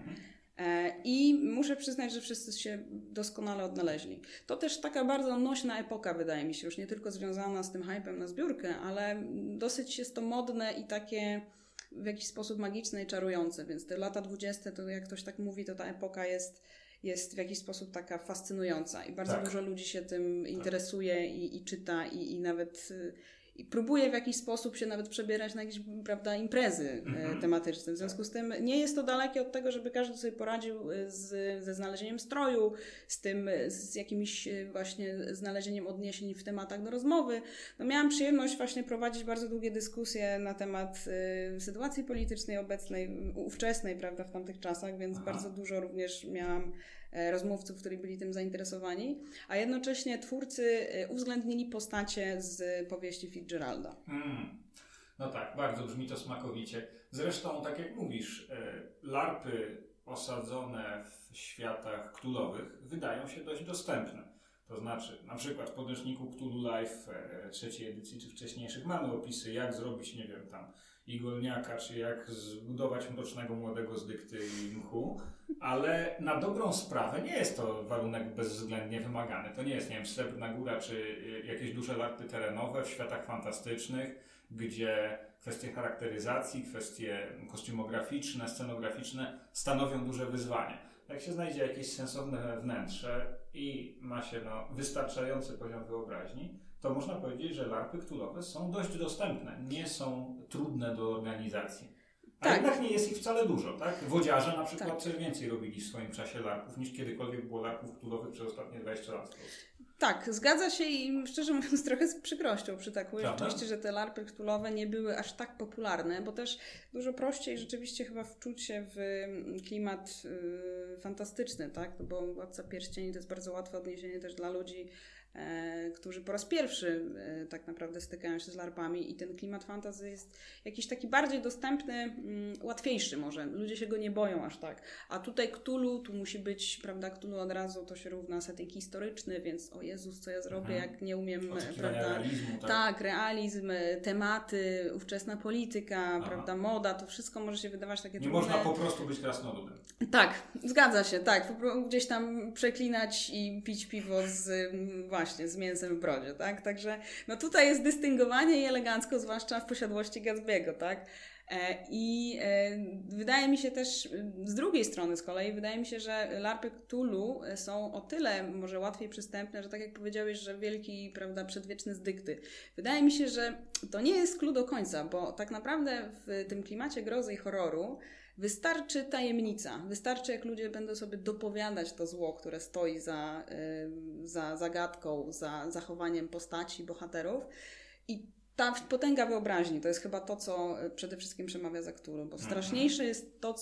I muszę przyznać, że wszyscy się doskonale odnaleźli. To też taka bardzo nośna epoka, wydaje mi się, już nie tylko związana z tym hypem na zbiórkę, ale dosyć jest to modne i takie w jakiś sposób magiczne i czarujące, więc te lata 20, to jak ktoś tak mówi, to ta epoka jest w jakiś sposób taka fascynująca i bardzo dużo ludzi się tym interesuje i czyta i nawet i próbuje w jakiś sposób się nawet przebierać na jakieś, prawda, imprezy tematyczne. W związku z tym nie jest to dalekie od tego, żeby każdy sobie poradził ze znalezieniem stroju, z jakimś właśnie znalezieniem odniesień w tematach do rozmowy. No, miałam przyjemność właśnie prowadzić bardzo długie dyskusje na temat sytuacji politycznej obecnej, ówczesnej, prawda, w tamtych czasach, więc bardzo dużo również miałam rozmówców, którzy byli tym zainteresowani, a jednocześnie twórcy uwzględnili postacie z powieści Fitzgeralda. No tak, bardzo brzmi to smakowicie. Zresztą, tak jak mówisz, larpy osadzone w światach cthulhu'owych wydają się dość dostępne. To znaczy, na przykład w podręczniku Cthulhu Live trzeciej edycji czy wcześniejszych mamy opisy, jak zrobić, nie wiem, tam Igolniaka, czy jak zbudować mrocznego młodego z dykty i mchu, ale na dobrą sprawę nie jest to warunek bezwzględnie wymagany. To nie jest, nie wiem, Srebrna Góra, czy jakieś duże larpy terenowe w światach fantastycznych, gdzie kwestie charakteryzacji, kwestie kostiumograficzne, scenograficzne stanowią duże wyzwanie. Jak się znajdzie jakieś sensowne wnętrze i ma się wystarczający poziom wyobraźni, to można powiedzieć, że larpy cthulhu'owe są dość dostępne, nie są trudne do organizacji. A tak. jednak nie jest ich wcale dużo, tak? Wodziarze na przykład coś więcej robili w swoim czasie larpów, niż kiedykolwiek było larpów cthulhu'owych przez ostatnie 20 lat. Tak, zgadza się i szczerze mówiąc trochę z przykrością przytakuję rzeczywiście, że te larpy cthulhu'owe nie były aż tak popularne, bo też dużo prościej rzeczywiście chyba wczuć się w klimat fantastyczny, tak? No bo Władca Pierścieni to jest bardzo łatwe odniesienie też dla ludzi, którzy po raz pierwszy tak naprawdę stykają się z larpami i ten klimat fantasy jest jakiś taki bardziej dostępny, łatwiejszy może. Ludzie się go nie boją aż tak. A tutaj Cthulhu, tu musi być, prawda, Cthulhu od razu to się równa setting historyczny, więc o Jezus, co ja zrobię, jak nie umiem, prawda? Realizmu, tak, realizm, tematy, ówczesna polityka, prawda, moda, to wszystko może się wydawać takie trudne. Nie można po prostu być krasnoludem. Tak, zgadza się, tak. Gdzieś tam przeklinać i pić piwo z mięsem w brodzie, tak? Także no tutaj jest dystyngowanie i elegancko, zwłaszcza w posiadłości Gatsby'ego, tak? I wydaje mi się też, z drugiej strony z kolei, wydaje mi się, że larpy Cthulhu są o tyle może łatwiej przystępne, że tak jak powiedziałeś, że wielki, prawda, przedwieczny z dykty. Wydaje mi się, że to nie jest clue do końca, bo tak naprawdę w tym klimacie grozy i horroru wystarczy tajemnica, wystarczy jak ludzie będą sobie dopowiadać to zło, które stoi za zagadką, za zachowaniem postaci, bohaterów i ta potęga wyobraźni to jest chyba to, co przede wszystkim przemawia za Cthulhu, bo straszniejsze jest to,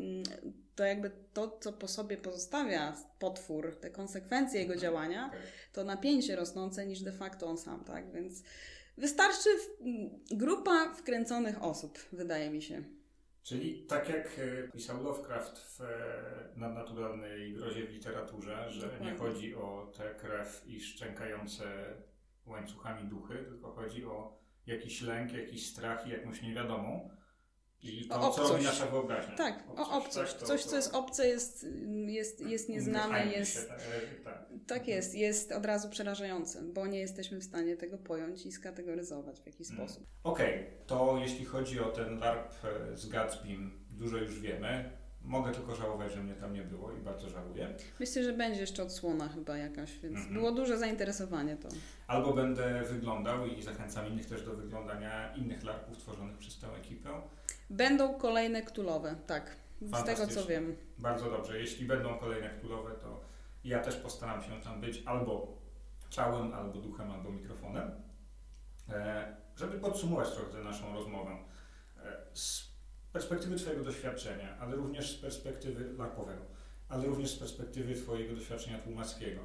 co po sobie pozostawia potwór, te konsekwencje jego działania, to napięcie rosnące niż de facto on sam, tak? Więc wystarczy grupa wkręconych osób, wydaje mi się. Czyli tak jak pisał Lovecraft w nadnaturalnej grozie w literaturze, że nie chodzi o tę krew i szczękające łańcuchami duchy, tylko chodzi o jakiś lęk, jakiś strach i jakąś niewiadomą. I to, co robi nasza wyobraźnia. Tak, obcość. Tak, coś, co jest obce, jest nieznane, jest... Tak jest od razu przerażające, bo nie jesteśmy w stanie tego pojąć i skategoryzować w jakiś sposób. Okej, to jeśli chodzi o ten LARP z Gatsbym, dużo już wiemy. Mogę tylko żałować, że mnie tam nie było i bardzo żałuję. Myślę, że będzie jeszcze odsłona chyba jakaś, więc było duże zainteresowanie to. Albo będę wyglądał i zachęcam innych też do wyglądania innych LARPów tworzonych przez tę ekipę. Będą kolejne Cthulhu'owe, tak. Z tego co wiem. Bardzo dobrze. Jeśli będą kolejne Cthulhu'owe, to ja też postaram się tam być albo ciałem, albo duchem, albo mikrofonem. Żeby podsumować trochę tę naszą rozmowę. Z perspektywy Twojego doświadczenia, ale również z perspektywy larpowego, ale również z perspektywy Twojego doświadczenia tłumackiego.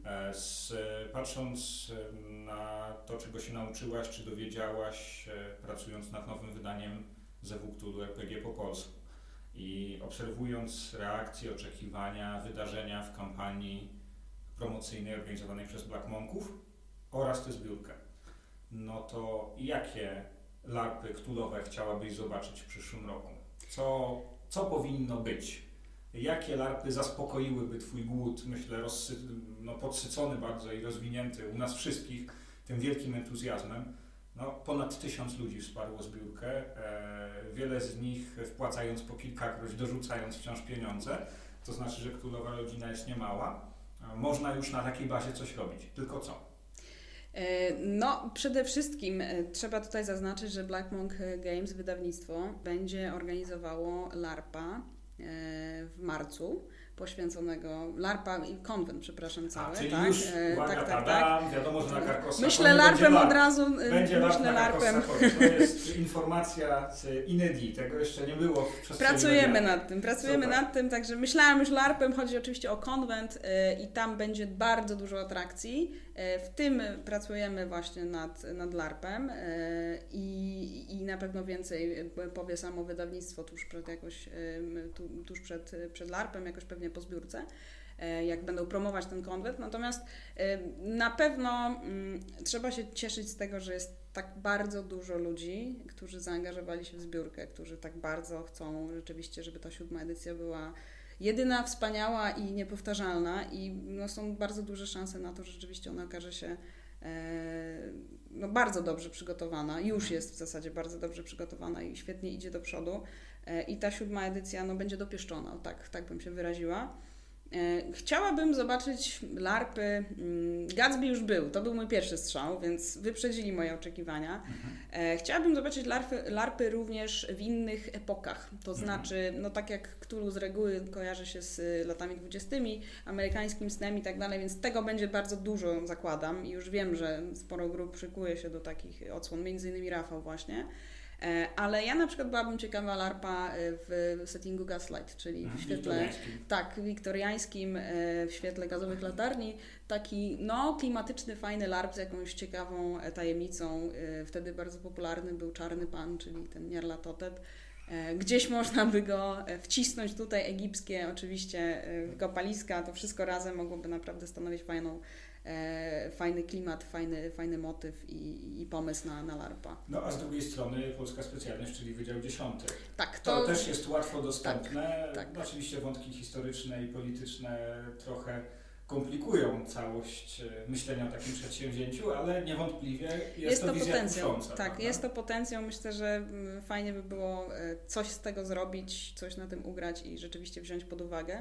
Patrząc na to, czego się nauczyłaś, czy dowiedziałaś, pracując nad nowym wydaniem ZW Cthulhu RPG po polsku i obserwując reakcje, oczekiwania, wydarzenia w kampanii promocyjnej organizowanej przez Black Monków oraz tę zbiórkę, no to jakie larpy cthulhu'owe chciałabyś zobaczyć w przyszłym roku? Co powinno być? Jakie larpy zaspokoiłyby Twój głód, myślę, podsycony bardzo i rozwinięty u nas wszystkich tym wielkim entuzjazmem? Ponad 1000 ludzi wsparło zbiórkę, wiele z nich wpłacając po kilkakroć, dorzucając wciąż pieniądze. To znaczy, że Cthulhu'owa rodzina jest niemała. Można już na takiej bazie coś robić. Tylko co? Przede wszystkim trzeba tutaj zaznaczyć, że Black Monk Games, wydawnictwo, będzie organizowało LARPa w marcu, poświęconego LARPa i konwent, przepraszam, cały. Czyli tak? już, uwaga, tak. Wiadomo, że na Karkosa. Myślę LARPem od razu. Będzie myślę LARPem. To jest informacja z Inedi, tego jeszcze nie było w przestrzeni. Pracujemy nad tym, także myślałam już LARPem, chodzi oczywiście o konwent i tam będzie bardzo dużo atrakcji. W tym pracujemy właśnie nad LARPem i na pewno więcej powie samo wydawnictwo tuż przed LARPem, jakoś pewnie po zbiórce, jak będą promować ten konwent. Natomiast na pewno trzeba się cieszyć z tego, że jest tak bardzo dużo ludzi, którzy zaangażowali się w zbiórkę, którzy tak bardzo chcą rzeczywiście, żeby ta 7. edycja była jedyna, wspaniała i niepowtarzalna i no, są bardzo duże szanse na to, że rzeczywiście ona okaże się no, bardzo dobrze przygotowana. Już jest w zasadzie bardzo dobrze przygotowana i świetnie idzie do przodu. I ta 7. edycja no, będzie dopieszczona, tak bym się wyraziła. Chciałabym zobaczyć larpy. Gatsby już był, to był mój pierwszy strzał, więc wyprzedzili moje oczekiwania. Chciałabym zobaczyć larpy również w innych epokach, to znaczy, no tak jak Cthulhu z reguły kojarzy się z latami 20., amerykańskim snem i tak dalej, więc tego będzie bardzo dużo, zakładam i już wiem, że sporo grup szykuje się do takich odsłon, między innymi Rafał właśnie. Ale ja na przykład byłabym ciekawa larpa w settingu Gaslight, czyli w świetle wiktoriańskim, w świetle gazowych latarni. Taki klimatyczny, fajny larp z jakąś ciekawą tajemnicą. Wtedy bardzo popularny był Czarny Pan, czyli ten Nyarlathotep. Gdzieś można by go wcisnąć tutaj, egipskie oczywiście kopaliska, to wszystko razem mogłoby naprawdę stanowić fajny klimat, fajny motyw i pomysł na larpa. No a z drugiej strony Polska Specjalność, czyli Wydział 10. Tak, to też jest łatwo dostępne. Tak. Oczywiście wątki historyczne i polityczne trochę komplikują całość myślenia o takim przedsięwzięciu, ale niewątpliwie jest to wizja kusząca. Tak, prawda? Jest to potencjał. Myślę, że fajnie by było coś z tego zrobić, coś na tym ugrać i rzeczywiście wziąć pod uwagę.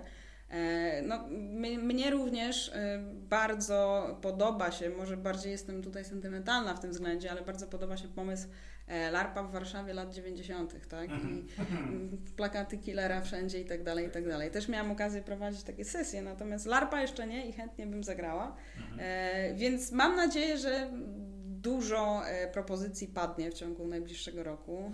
No, mnie również bardzo podoba się, może bardziej jestem tutaj sentymentalna w tym względzie, ale bardzo podoba się pomysł larpa w Warszawie lat 90., tak? I plakaty killera wszędzie i tak dalej, i tak dalej. Też miałam okazję prowadzić takie sesje, natomiast larpa jeszcze nie i chętnie bym zagrała. Więc mam nadzieję, że dużo propozycji padnie w ciągu najbliższego roku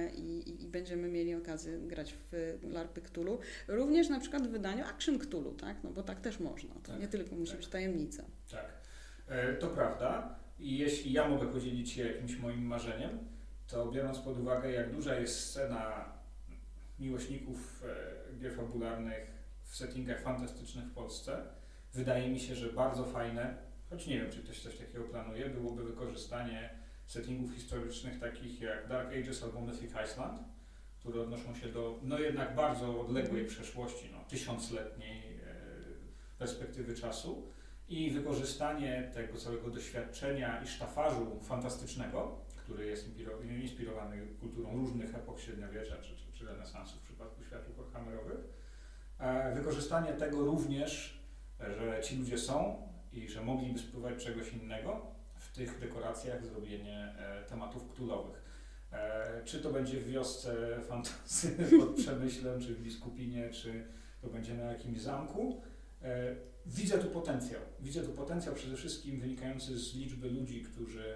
i będziemy mieli okazję grać w larpy Cthulhu. Również na przykład w wydaniu Action Cthulhu, tak? No bo tak też można. To nie tylko musi być tajemnica. Tak, to prawda. I jeśli ja mogę podzielić się jakimś moim marzeniem, to biorąc pod uwagę, jak duża jest scena miłośników gier fabularnych w settingach fantastycznych w Polsce, wydaje mi się, że bardzo fajne, choć nie wiem, czy ktoś coś takiego planuje, byłoby wykorzystanie settingów historycznych takich jak Dark Ages albo Mythic Iceland, które odnoszą się do jednak bardzo odległej przeszłości, tysiącletniej perspektywy czasu i wykorzystanie tego całego doświadczenia i sztafażu fantastycznego, który jest inspirowany kulturą różnych epok średniowiecza czy renesansu w przypadku światów warhammerowych. Wykorzystanie tego również, że ci ludzie są i że mogliby spróbować czegoś innego, w tych dekoracjach zrobienie tematów cthulhowych. Czy to będzie w wiosce fantasy pod Przemyślem, czy w Biskupinie, czy to będzie na jakimś zamku. Widzę tu potencjał przede wszystkim wynikający z liczby ludzi, którzy,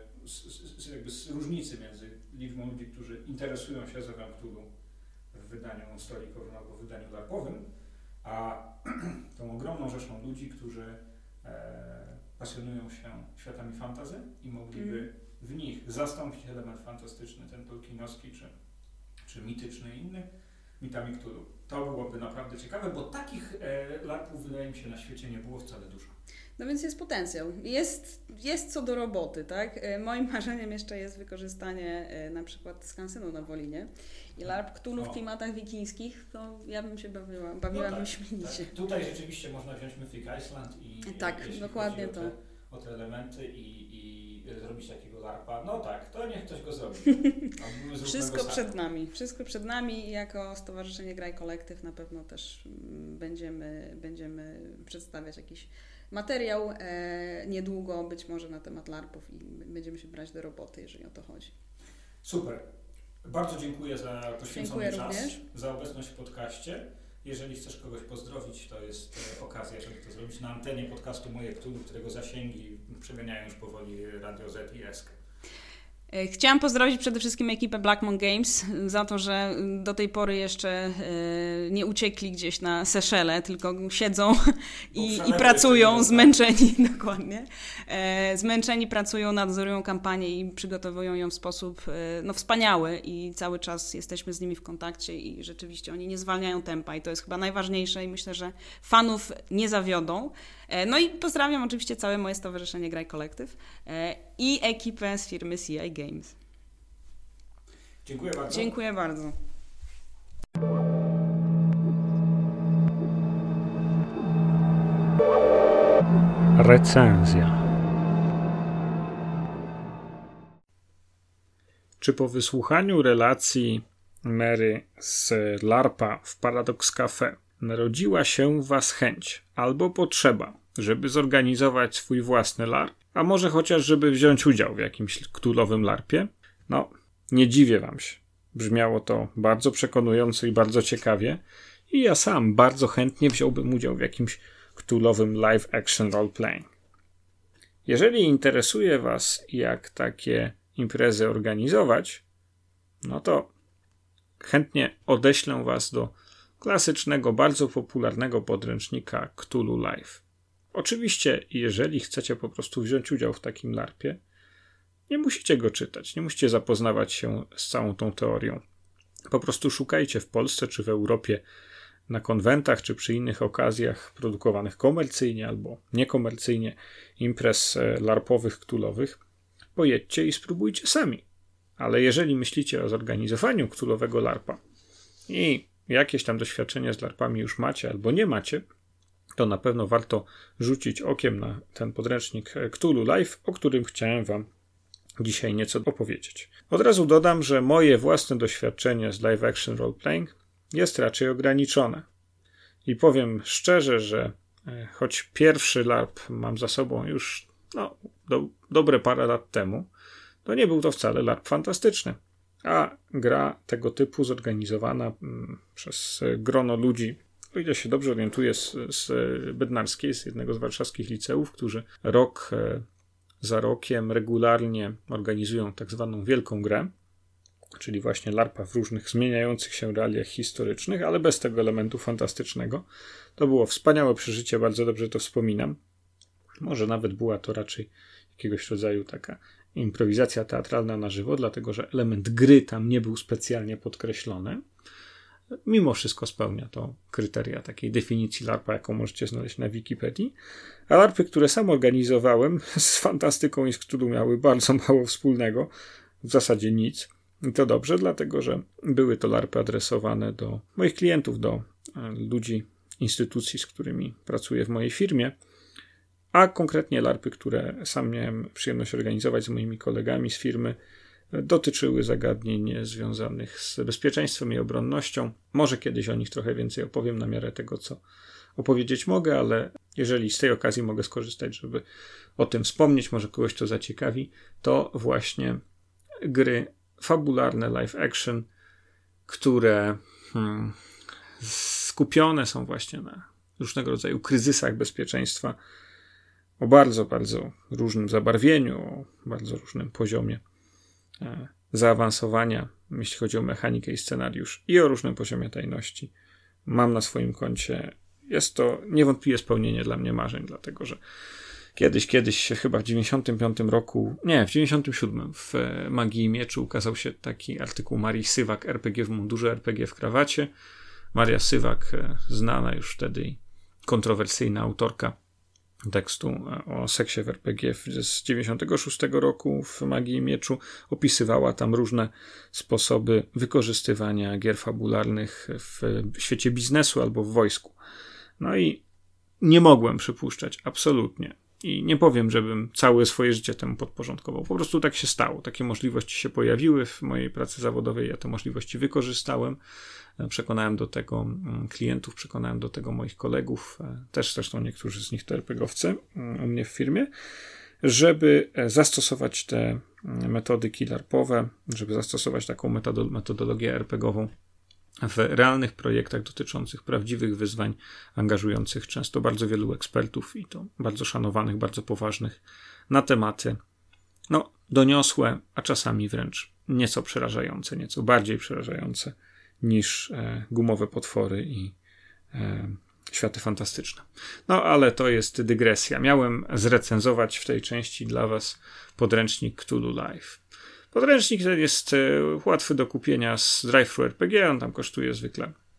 z różnicy między liczbą ludzi, którzy interesują się Zewem Cthulhu w wydaniu stolikowym albo w wydaniu larpowym, a tą ogromną rzeszą ludzi, którzy pasjonują się światami fantasy i mogliby w nich zastąpić element fantastyczny, ten tolkienowski czy mityczny i inny, mitami Cthulhu. To byłoby naprawdę ciekawe, bo takich larpów wydaje mi się na świecie nie było wcale dużo. No więc jest potencjał. Jest co do roboty, tak? Moim marzeniem jeszcze jest wykorzystanie na przykład skansynu na Wolinie i larp Cthulhu w klimatach wikińskich, to ja bym się bawiła wyśmienicie. Tak. Tutaj rzeczywiście można wziąć Mythic Iceland i dokładnie to. O te elementy i zrobić takiego larpa. No tak, to niech ktoś go zrobi. Wszystko przed nami i jako Stowarzyszenie Graj Kolektyw na pewno też będziemy przedstawiać jakiś materiał niedługo, być może na temat larpów i będziemy się brać do roboty, jeżeli o to chodzi. Super. Bardzo dziękuję za poświęcony czas, również. Za obecność w podcaście. Jeżeli chcesz kogoś pozdrowić, to jest okazja, żeby to zrobić na antenie podcastu Moje Cthulhu, którego zasięgi przeganiają już powoli Radio Z i ESK. Chciałam pozdrowić przede wszystkim ekipę Blackmon Games za to, że do tej pory jeszcze nie uciekli gdzieś na Seszele, tylko siedzą i pracują zmęczeni, dokładnie. Zmęczeni pracują, nadzorują kampanię i przygotowują ją w sposób wspaniały i cały czas jesteśmy z nimi w kontakcie i rzeczywiście oni nie zwalniają tempa i to jest chyba najważniejsze i myślę, że fanów nie zawiodą. No i pozdrawiam oczywiście całe moje stowarzyszenie Graj Kolektyw i ekipę z firmy CI Games. Dziękuję bardzo. Dziękuję bardzo. Recenzja. Czy po wysłuchaniu relacji Mary z LARPa w Paradox Cafe narodziła się w was chęć albo potrzeba, żeby zorganizować swój własny LARP, a może chociaż żeby wziąć udział w jakimś cthulhowym LARPie? No, nie dziwię wam się. Brzmiało to bardzo przekonująco i bardzo ciekawie i ja sam bardzo chętnie wziąłbym udział w jakimś cthulhowym live action roleplaying. Jeżeli interesuje was, jak takie imprezy organizować, no to chętnie odeślę was do klasycznego, bardzo popularnego podręcznika Cthulhu Live. Oczywiście, jeżeli chcecie po prostu wziąć udział w takim LARPie, nie musicie go czytać, nie musicie zapoznawać się z całą tą teorią. Po prostu szukajcie w Polsce czy w Europie na konwentach czy przy innych okazjach produkowanych komercyjnie albo niekomercyjnie imprez LARPowych, cthulhowych. Pojedźcie i spróbujcie sami. Ale jeżeli myślicie o zorganizowaniu cthulhowego LARPa i jakieś tam doświadczenia z LARPami już macie albo nie macie, to na pewno warto rzucić okiem na ten podręcznik Cthulhu Live, o którym chciałem wam dzisiaj nieco opowiedzieć. Od razu dodam, że moje własne doświadczenie z live action roleplaying jest raczej ograniczone. I powiem szczerze, że choć pierwszy LARP mam za sobą już dobre parę lat temu, to nie był to wcale LARP fantastyczny. A gra tego typu zorganizowana przez grono ludzi, o ile się dobrze orientuję, z Bednarskiej, z jednego z warszawskich liceów, którzy rok za rokiem regularnie organizują tak zwaną wielką grę, czyli właśnie LARPa w różnych zmieniających się realiach historycznych, ale bez tego elementu fantastycznego. To było wspaniałe przeżycie, bardzo dobrze to wspominam. Może nawet była to raczej jakiegoś rodzaju taka improwizacja teatralna na żywo, dlatego że element gry tam nie był specjalnie podkreślony. Mimo wszystko spełnia to kryteria takiej definicji LARPa, jaką możecie znaleźć na Wikipedii. A LARPy, które sam organizowałem, z fantastyką i z Cthulhu miały bardzo mało wspólnego, w zasadzie nic. I to dobrze, dlatego że były to LARPy adresowane do moich klientów, do ludzi, instytucji, z którymi pracuję w mojej firmie, a konkretnie LARPy, które sam miałem przyjemność organizować z moimi kolegami z firmy, dotyczyły zagadnień związanych z bezpieczeństwem i obronnością. Może kiedyś o nich trochę więcej opowiem na miarę tego, co opowiedzieć mogę, ale jeżeli z tej okazji mogę skorzystać, żeby o tym wspomnieć, może kogoś to zaciekawi, to właśnie gry fabularne, live action, które skupione są właśnie na różnego rodzaju kryzysach bezpieczeństwa o bardzo, bardzo różnym zabarwieniu, o bardzo różnym poziomie zaawansowania, jeśli chodzi o mechanikę i scenariusz, i o różnym poziomie tajności. Mam na swoim koncie. Jest to niewątpliwie spełnienie dla mnie marzeń, dlatego że kiedyś chyba w 95 roku, nie, w 97 w Magii i Mieczu ukazał się taki artykuł Marii Sywak, RPG w mundurze, RPG w krawacie. Maria Sywak, znana już wtedy i kontrowersyjna autorka tekstu o seksie w RPG z 96 roku w Magii i Mieczu, opisywała tam różne sposoby wykorzystywania gier fabularnych w świecie biznesu albo w wojsku. No i nie mogłem przypuszczać, absolutnie. I nie powiem, żebym całe swoje życie temu podporządkował. Po prostu tak się stało. Takie możliwości się pojawiły w mojej pracy zawodowej. Ja te możliwości wykorzystałem. Przekonałem do tego klientów, przekonałem do tego moich kolegów, też zresztą niektórzy z nich to RPGowcy u mnie w firmie, żeby zastosować te metodyki LARPowe, żeby zastosować taką metodologię RPGową w realnych projektach dotyczących prawdziwych wyzwań, angażujących często bardzo wielu ekspertów i to bardzo szanowanych, bardzo poważnych na tematy doniosłe, a czasami wręcz nieco przerażające, nieco bardziej przerażające niż gumowe potwory i światy fantastyczne. No ale to jest dygresja. Miałem zrecenzować w tej części dla was podręcznik Cthulhu Live. Podręcznik ten jest łatwy do kupienia z Drive-Thru RPG, on tam kosztuje zwykle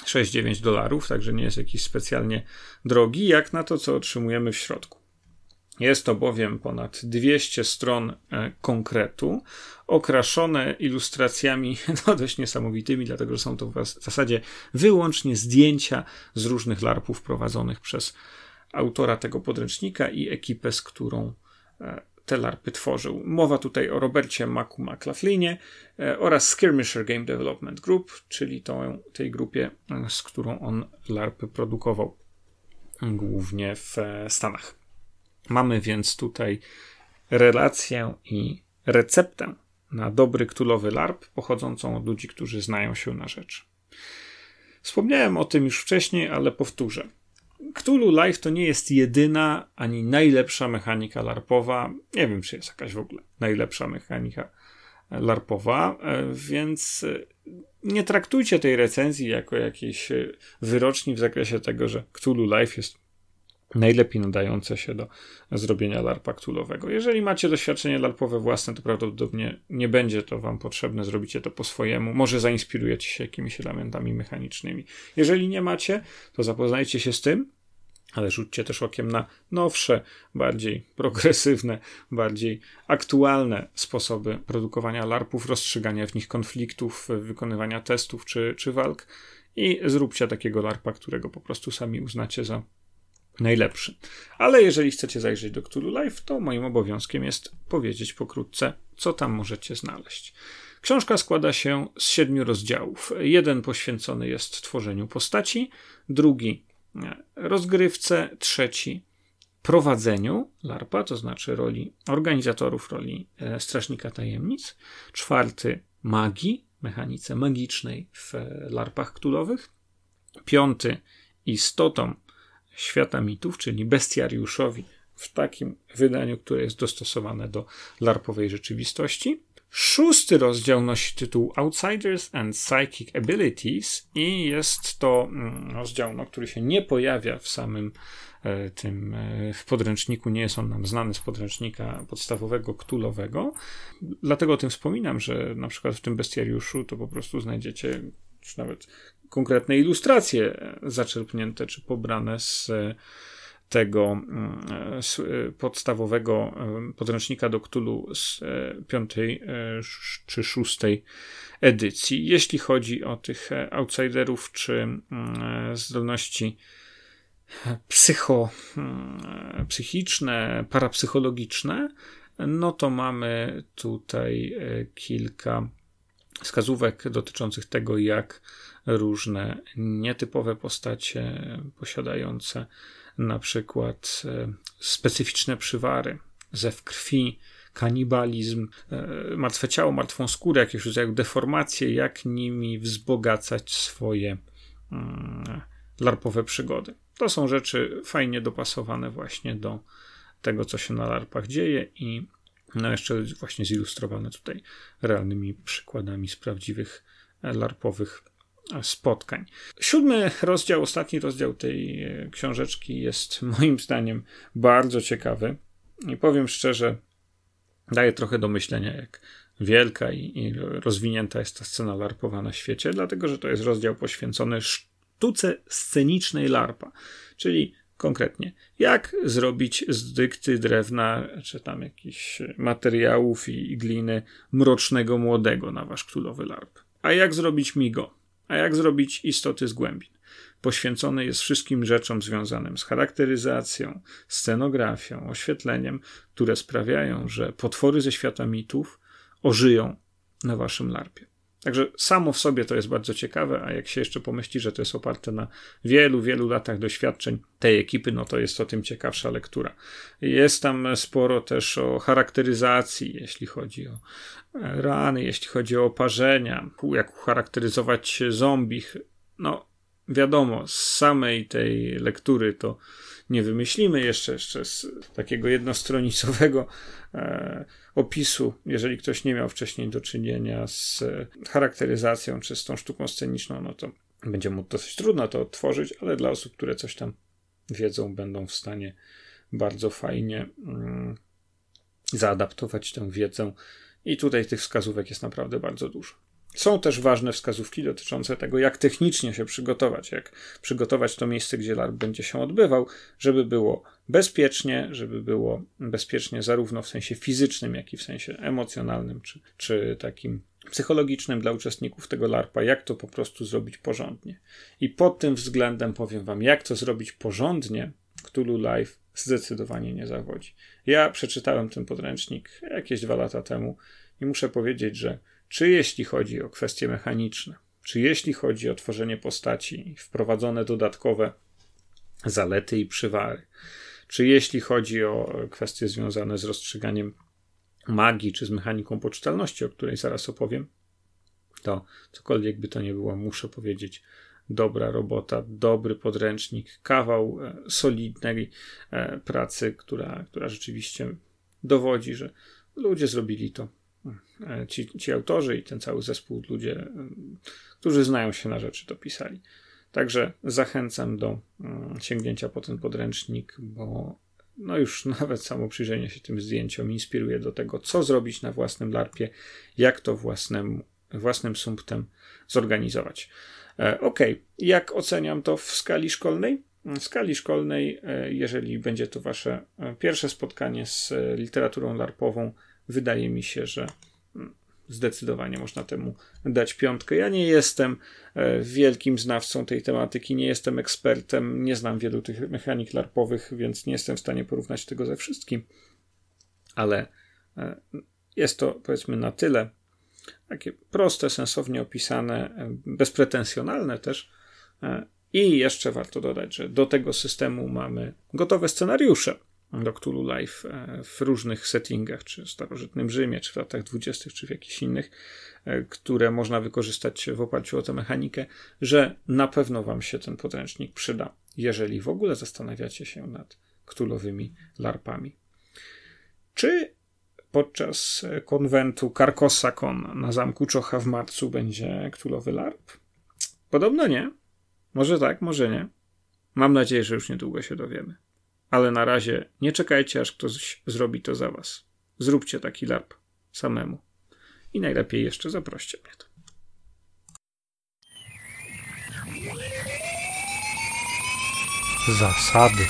$6-9, także nie jest jakiś specjalnie drogi, jak na to, co otrzymujemy w środku. Jest to bowiem ponad 200 stron konkretu, okraszone ilustracjami dość niesamowitymi, dlatego że są to w zasadzie wyłącznie zdjęcia z różnych larpów prowadzonych przez autora tego podręcznika i ekipę, z którą te larpy tworzył. Mowa tutaj o Robercie Macu McLaughlinie oraz Skirmisher Game Development Group, czyli tej grupie, z którą on larpy produkował głównie w Stanach. Mamy więc tutaj relację i receptę na dobry Cthulhuowy larp pochodzącą od ludzi, którzy znają się na rzeczy. Wspomniałem o tym już wcześniej, ale powtórzę. Cthulhu Live to nie jest jedyna ani najlepsza mechanika larpowa. Nie wiem, czy jest jakaś w ogóle najlepsza mechanika larpowa, więc nie traktujcie tej recenzji jako jakiejś wyroczni w zakresie tego, że Cthulhu Live jest najlepiej nadające się do zrobienia larpa Cthulhuowego. Jeżeli macie doświadczenie larpowe własne, to prawdopodobnie nie będzie to wam potrzebne, zrobicie to po swojemu, może zainspirujecie się jakimiś elementami mechanicznymi. Jeżeli nie macie, to zapoznajcie się z tym, ale rzućcie też okiem na nowsze, bardziej progresywne, bardziej aktualne sposoby produkowania larpów, rozstrzygania w nich konfliktów, wykonywania testów czy walk i zróbcie takiego larpa, którego po prostu sami uznacie za najlepszy. Ale jeżeli chcecie zajrzeć do Cthulhu Live, to moim obowiązkiem jest powiedzieć pokrótce, co tam możecie znaleźć. Książka składa się z 7 rozdziałów. Jeden poświęcony jest tworzeniu postaci, drugi rozgrywce, trzeci prowadzeniu larpa, to znaczy roli organizatorów, roli strażnika tajemnic, czwarty magii, mechanice magicznej w larpach Cthulhuowych, piąty istotom świata mitów, czyli bestiariuszowi w takim wydaniu, które jest dostosowane do larpowej rzeczywistości. 6 rozdział nosi tytuł Outsiders and Psychic Abilities i jest to rozdział, który się nie pojawia w samym tym w podręczniku, nie jest on nam znany z podręcznika podstawowego Cthulhuowego. Dlatego o tym wspominam, że na przykład w tym bestiariuszu to po prostu znajdziecie czy nawet konkretne ilustracje zaczerpnięte czy pobrane z tego podstawowego podręcznika do Cthulhu z 5. czy 6. edycji. Jeśli chodzi o tych outsiderów czy zdolności psychiczne, parapsychologiczne, no to mamy tutaj kilka wskazówek dotyczących tego, jak różne nietypowe postacie posiadające na przykład specyficzne przywary, zew krwi, kanibalizm, martwe ciało, martwą skórę, jakieś rodzaju deformacje, jak nimi wzbogacać swoje larpowe przygody. To są rzeczy fajnie dopasowane właśnie do tego, co się na larpach dzieje i jeszcze właśnie zilustrowane tutaj realnymi przykładami z prawdziwych larpowych spotkań. 7 rozdział, ostatni rozdział tej książeczki jest moim zdaniem bardzo ciekawy i powiem szczerze, daje trochę do myślenia, jak wielka i rozwinięta jest ta scena larpowa na świecie, dlatego że to jest rozdział poświęcony sztuce scenicznej larpa, czyli konkretnie, jak zrobić z dykty, drewna, czy tam jakichś materiałów i gliny mrocznego młodego na wasz Cthulhuowy larp. A jak zrobić migo? A jak zrobić istoty z głębin? Poświęcony jest wszystkim rzeczom związanym z charakteryzacją, scenografią, oświetleniem, które sprawiają, że potwory ze świata mitów ożyją na waszym larpie. Także samo w sobie to jest bardzo ciekawe, a jak się jeszcze pomyśli, że to jest oparte na wielu, wielu latach doświadczeń tej ekipy, no to jest to tym ciekawsza lektura. Jest tam sporo też o charakteryzacji, jeśli chodzi o rany, jeśli chodzi o oparzenia, jak ucharakteryzować zombich. No wiadomo, z samej tej lektury to nie wymyślimy jeszcze z takiego jednostronicowego opisu, jeżeli ktoś nie miał wcześniej do czynienia z charakteryzacją czy z tą sztuką sceniczną, no to będzie mu dosyć trudno to odtworzyć, ale dla osób, które coś tam wiedzą, będą w stanie bardzo fajnie zaadaptować tę wiedzę i tutaj tych wskazówek jest naprawdę bardzo dużo. Są też ważne wskazówki dotyczące tego, jak technicznie się przygotować, jak przygotować to miejsce, gdzie LARP będzie się odbywał, żeby było bezpiecznie zarówno w sensie fizycznym, jak i w sensie emocjonalnym, czy takim psychologicznym dla uczestników tego LARPa, jak to po prostu zrobić porządnie. I pod tym względem powiem wam, jak to zrobić porządnie, Cthulhu Live zdecydowanie nie zawodzi. Ja przeczytałem ten podręcznik jakieś 2 lata temu i muszę powiedzieć, że czy jeśli chodzi o kwestie mechaniczne, czy jeśli chodzi o tworzenie postaci, wprowadzone dodatkowe zalety i przywary, czy jeśli chodzi o kwestie związane z rozstrzyganiem magii, czy z mechaniką poczytalności, o której zaraz opowiem, to cokolwiek by to nie było, muszę powiedzieć, dobra robota, dobry podręcznik, kawał solidnej pracy, która rzeczywiście dowodzi, że ludzie zrobili to. Ci autorzy i ten cały zespół, ludzie, którzy znają się na rzeczy, to pisali. Także zachęcam do sięgnięcia po ten podręcznik, bo już nawet samo przyjrzenie się tym zdjęciom inspiruje do tego, co zrobić na własnym LARPie, jak to własnym sumptem zorganizować. Jak oceniam to w skali szkolnej? W skali szkolnej, jeżeli będzie to wasze pierwsze spotkanie z literaturą LARPową, wydaje mi się, że zdecydowanie można temu dać 5. Ja nie jestem wielkim znawcą tej tematyki, nie jestem ekspertem, nie znam wielu tych mechanik LARPowych, więc nie jestem w stanie porównać tego ze wszystkim, ale jest to, powiedzmy, na tyle takie proste, sensownie opisane, bezpretensjonalne też. I jeszcze warto dodać, że do tego systemu mamy gotowe scenariusze do Cthulhu Live w różnych settingach, czy w starożytnym Rzymie, czy w latach 20., czy w jakichś innych, które można wykorzystać w oparciu o tę mechanikę, że na pewno wam się ten podręcznik przyda, jeżeli w ogóle zastanawiacie się nad Cthulhowymi LARPami. Czy podczas konwentu Carcosa-Con na zamku Czocha w marcu będzie Cthulhowy LARP? Podobno nie. Może tak, może nie. Mam nadzieję, że już niedługo się dowiemy. Ale na razie nie czekajcie, aż ktoś zrobi to za was. Zróbcie taki LARP samemu. I najlepiej jeszcze zaproście mnie to. Zasady.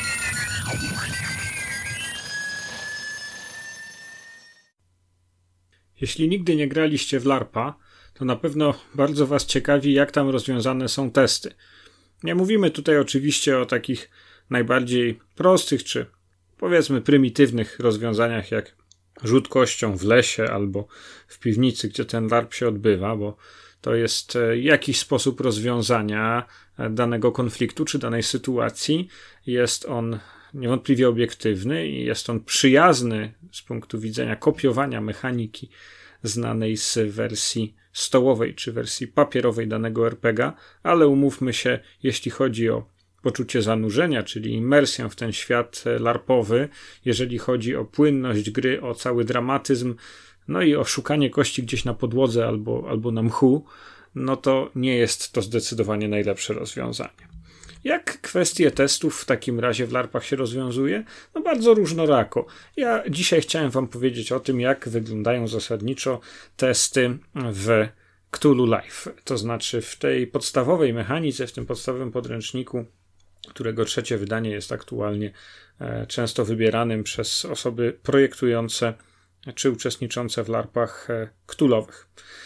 Jeśli nigdy nie graliście w LARPa, to na pewno bardzo was ciekawi, jak tam rozwiązane są testy. Nie mówimy tutaj oczywiście o takich najbardziej prostych, czy powiedzmy prymitywnych rozwiązaniach, jak rzut kością w lesie albo w piwnicy, gdzie ten LARP się odbywa, bo to jest jakiś sposób rozwiązania danego konfliktu czy danej sytuacji. Jest on niewątpliwie obiektywny i jest on przyjazny z punktu widzenia kopiowania mechaniki znanej z wersji stołowej czy wersji papierowej danego RPG, ale umówmy się, jeśli chodzi o poczucie zanurzenia, czyli imersję w ten świat larpowy, jeżeli chodzi o płynność gry, o cały dramatyzm, no i o szukanie kości gdzieś na podłodze albo na mchu, no to nie jest to zdecydowanie najlepsze rozwiązanie. Jak kwestie testów w takim razie w LARPach się rozwiązuje? No bardzo różnorako. Ja dzisiaj chciałem wam powiedzieć o tym, jak wyglądają zasadniczo testy w Cthulhu Live. To znaczy w tej podstawowej mechanice, w tym podstawowym podręczniku, którego 3. wydanie jest aktualnie często wybieranym przez osoby projektujące czy uczestniczące w LARPach Cthulhowych.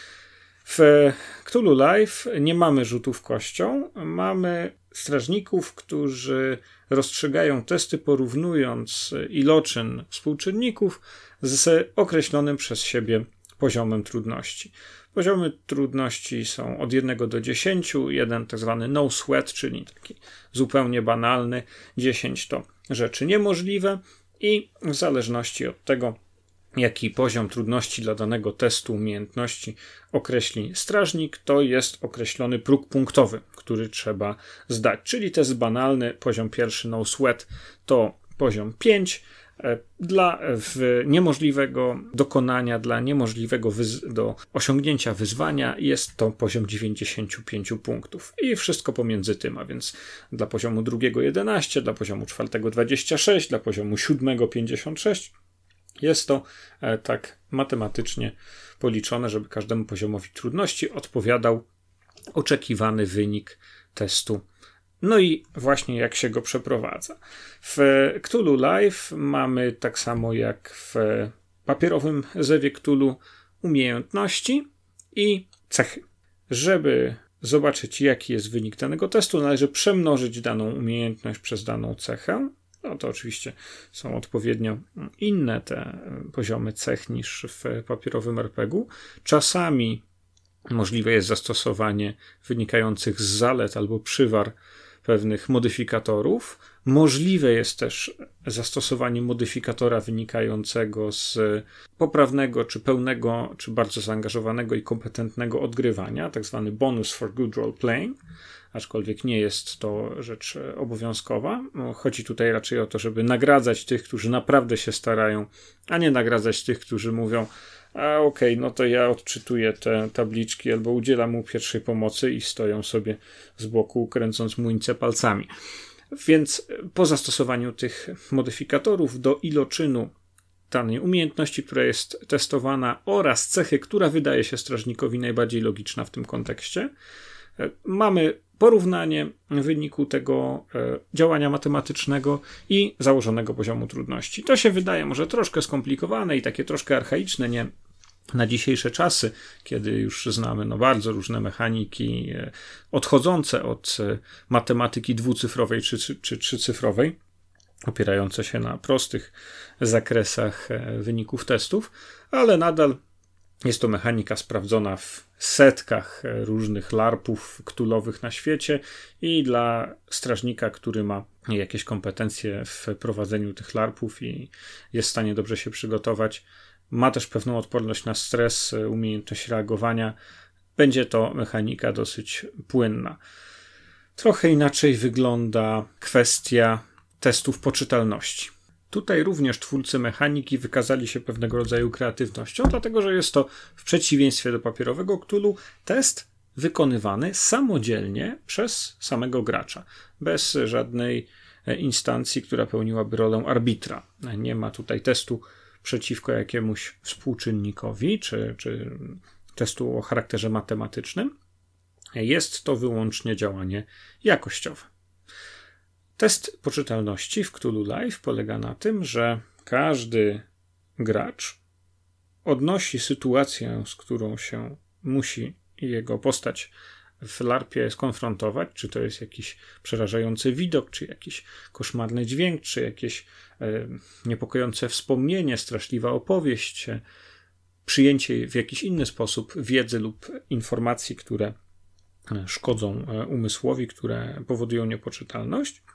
W Cthulhu Live nie mamy rzutów kością, mamy strażników, którzy rozstrzygają testy, porównując iloczyn współczynników z określonym przez siebie poziomem trudności. Poziomy trudności są od 1 do 10, 1 tak zwany no sweat, czyli taki zupełnie banalny, 10 to rzeczy niemożliwe i w zależności od tego, jaki poziom trudności dla danego testu umiejętności określi strażnik, to jest określony próg punktowy, który trzeba zdać. Czyli test banalny, poziom 1 no sweat to poziom 5, dla niemożliwego dokonania, dla niemożliwego do osiągnięcia wyzwania jest to poziom 95 punktów. I wszystko pomiędzy tym, a więc dla poziomu 2 11, dla poziomu 4 26, dla poziomu 7 56, Jest to tak matematycznie policzone, żeby każdemu poziomowi trudności odpowiadał oczekiwany wynik testu. No i właśnie jak się go przeprowadza. W Cthulhu Live mamy tak samo jak w papierowym zewie Cthulhu umiejętności i cechy. Żeby zobaczyć, jaki jest wynik danego testu, należy przemnożyć daną umiejętność przez daną cechę. No to oczywiście są odpowiednio inne te poziomy cech niż w papierowym RPG-u. Czasami możliwe jest zastosowanie wynikających z zalet albo przywar pewnych modyfikatorów. Możliwe jest też zastosowanie modyfikatora wynikającego z poprawnego, czy pełnego, czy bardzo zaangażowanego i kompetentnego odgrywania, tak zwany bonus for good role playing, aczkolwiek nie jest to rzecz obowiązkowa. Chodzi tutaj raczej o to, żeby nagradzać tych, którzy naprawdę się starają, a nie nagradzać tych, którzy mówią: a okej, no to ja odczytuję te tabliczki albo udzielam mu pierwszej pomocy i stoją sobie z boku, kręcąc młyńce palcami. Więc po zastosowaniu tych modyfikatorów do iloczynu danej umiejętności, która jest testowana, oraz cechy, która wydaje się strażnikowi najbardziej logiczna w tym kontekście, mamy porównanie wyniku tego działania matematycznego i założonego poziomu trudności. To się wydaje może troszkę skomplikowane i takie troszkę archaiczne, nie na dzisiejsze czasy, kiedy już znamy bardzo różne mechaniki odchodzące od matematyki dwucyfrowej czy trzycyfrowej, opierające się na prostych zakresach wyników testów, ale nadal jest to mechanika sprawdzona w setkach różnych larpów cthulhowych na świecie i dla strażnika, który ma jakieś kompetencje w prowadzeniu tych larpów i jest w stanie dobrze się przygotować, ma też pewną odporność na stres, umiejętność reagowania, będzie to mechanika dosyć płynna. Trochę inaczej wygląda kwestia testów poczytalności. Tutaj również twórcy mechaniki wykazali się pewnego rodzaju kreatywnością, dlatego że jest to, w przeciwieństwie do papierowego Cthulhu, test wykonywany samodzielnie przez samego gracza, bez żadnej instancji, która pełniłaby rolę arbitra. Nie ma tutaj testu przeciwko jakiemuś współczynnikowi, czy testu o charakterze matematycznym. Jest to wyłącznie działanie jakościowe. Test poczytalności w Cthulhu Live polega na tym, że każdy gracz odnosi sytuację, z którą się musi jego postać w larpie skonfrontować, czy to jest jakiś przerażający widok, czy jakiś koszmarny dźwięk, czy jakieś niepokojące wspomnienie, straszliwa opowieść, przyjęcie w jakiś inny sposób wiedzy lub informacji, które szkodzą umysłowi, które powodują niepoczytalność.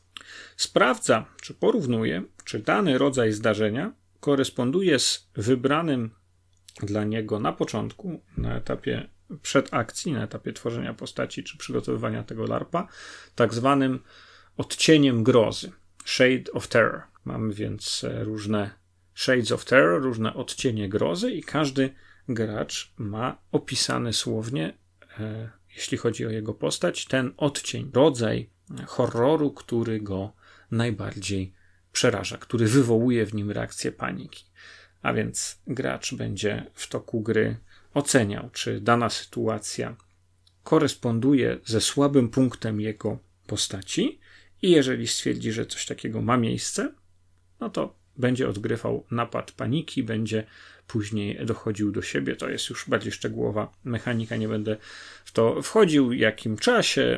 Sprawdza, czy porównuje, czy dany rodzaj zdarzenia koresponduje z wybranym dla niego na początku, na etapie przedakcji, na etapie tworzenia postaci czy przygotowywania tego larpa, tak zwanym odcieniem grozy, Shade of Terror. Mamy więc różne Shades of Terror, różne odcienie grozy i każdy gracz ma opisany słownie, jeśli chodzi o jego postać, ten odcień, rodzaj horroru, który go najbardziej przeraża, który wywołuje w nim reakcję paniki. A więc gracz będzie w toku gry oceniał, czy dana sytuacja koresponduje ze słabym punktem jego postaci i jeżeli stwierdzi, że coś takiego ma miejsce, no to będzie odgrywał napad paniki, będzie później dochodził do siebie. To jest już bardziej szczegółowa mechanika, nie będę w to wchodził, w jakim czasie,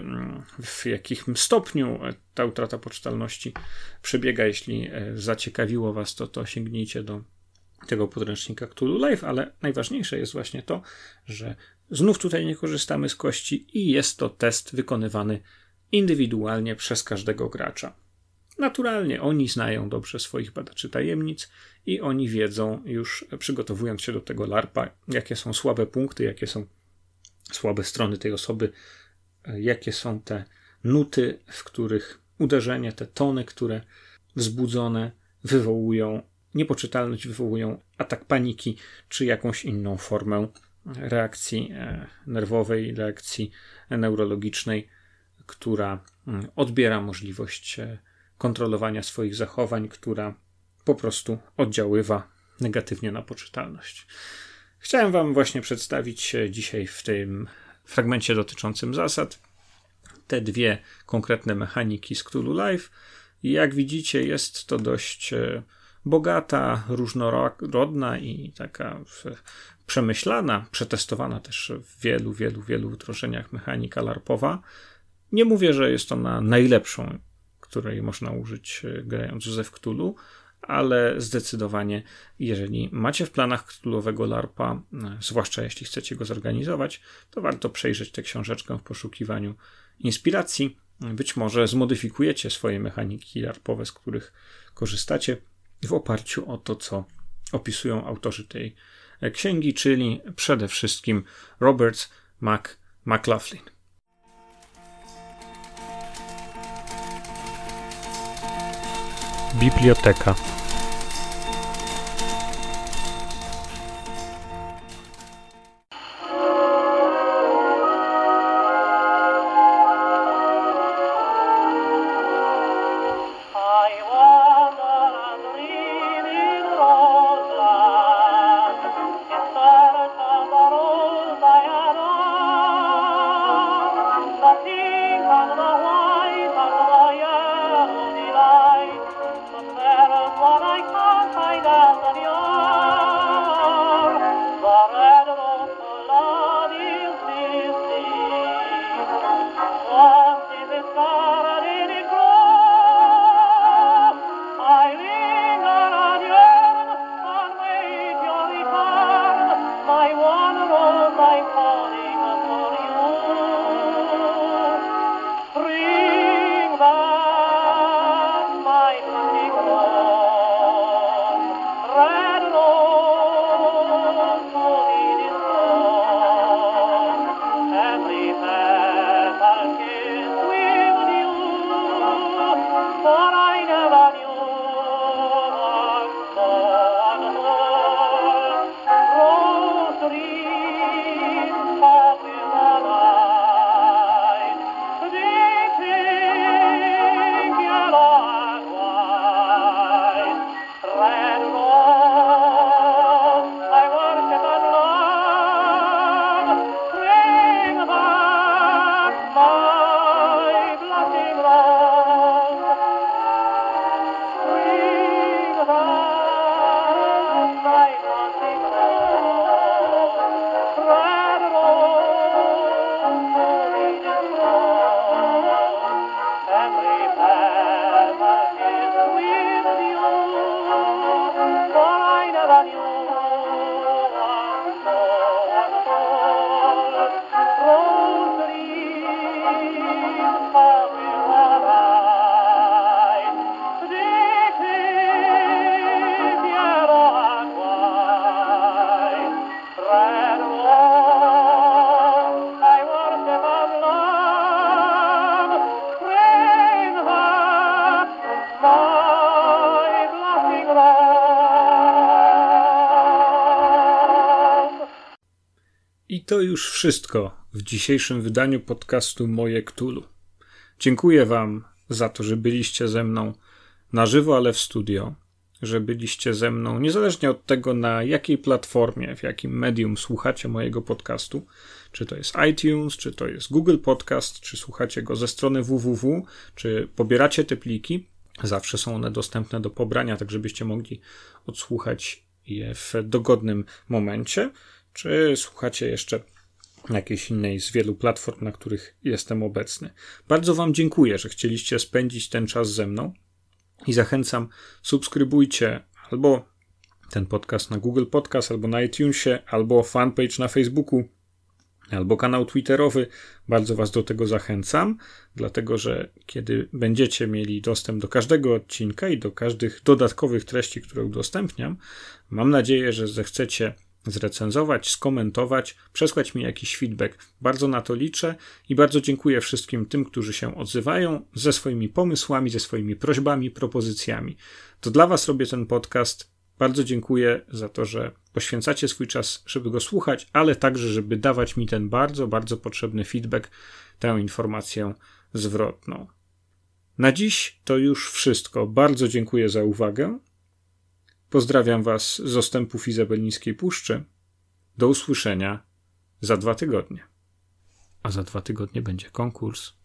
w jakim stopniu ta utrata poczytalności przebiega. Jeśli zaciekawiło was to sięgnijcie do tego podręcznika Cthulhu Live, ale najważniejsze jest właśnie to, że znów tutaj nie korzystamy z kości i jest to test wykonywany indywidualnie przez każdego gracza. Naturalnie oni znają dobrze swoich badaczy tajemnic i oni wiedzą już, przygotowując się do tego larpa, jakie są słabe punkty, jakie są słabe strony tej osoby, jakie są te nuty, w których uderzenie, te tony, które wzbudzone wywołują niepoczytalność, wywołują atak paniki, czy jakąś inną formę reakcji nerwowej, reakcji neurologicznej, która odbiera możliwość kontrolowania swoich zachowań, która po prostu oddziaływa negatywnie na poczytalność. Chciałem wam właśnie przedstawić dzisiaj w tym fragmencie dotyczącym zasad te dwie konkretne mechaniki z Cthulhu Live. I jak widzicie, jest to dość bogata, różnorodna i taka przemyślana, przetestowana też w wielu wdrożeniach mechanika larpowa. Nie mówię, że jest ona najlepszą, której można użyć grając w Cthulhu, ale zdecydowanie, jeżeli macie w planach Cthulhu'owego larpa, zwłaszcza jeśli chcecie go zorganizować, to warto przejrzeć tę książeczkę w poszukiwaniu inspiracji. Być może zmodyfikujecie swoje mechaniki larpowe, z których korzystacie, w oparciu o to, co opisują autorzy tej księgi, czyli przede wszystkim Robert McLaughlin. Biblioteka. I to już wszystko w dzisiejszym wydaniu podcastu Moje Cthulhu. Dziękuję wam za to, że byliście ze mną na żywo, ale w studio, że byliście ze mną niezależnie od tego, na jakiej platformie, w jakim medium słuchacie mojego podcastu, czy to jest iTunes, czy to jest Google Podcast, czy słuchacie go ze strony www, czy pobieracie te pliki. Zawsze są one dostępne do pobrania, tak żebyście mogli odsłuchać je w dogodnym momencie, czy słuchacie jeszcze jakiejś innej z wielu platform, na których jestem obecny. Bardzo wam dziękuję, że chcieliście spędzić ten czas ze mną i zachęcam, subskrybujcie albo ten podcast na Google Podcast, albo na iTunesie, albo fanpage na Facebooku, albo kanał Twitterowy. Bardzo was do tego zachęcam, dlatego że kiedy będziecie mieli dostęp do każdego odcinka i do każdych dodatkowych treści, które udostępniam, mam nadzieję, że zechcecie zrecenzować, skomentować, przesłać mi jakiś feedback. Bardzo na to liczę i bardzo dziękuję wszystkim tym, którzy się odzywają ze swoimi pomysłami, ze swoimi prośbami, propozycjami. To dla was robię ten podcast. Bardzo dziękuję za to, że poświęcacie swój czas, żeby go słuchać, ale także, żeby dawać mi ten bardzo, bardzo potrzebny feedback, tę informację zwrotną. Na dziś to już wszystko. Bardzo dziękuję za uwagę Pozdrawiam Was z ostępów Izabelińskiej Puszczy. Do usłyszenia za 2 tygodnie. A za 2 tygodnie będzie konkurs.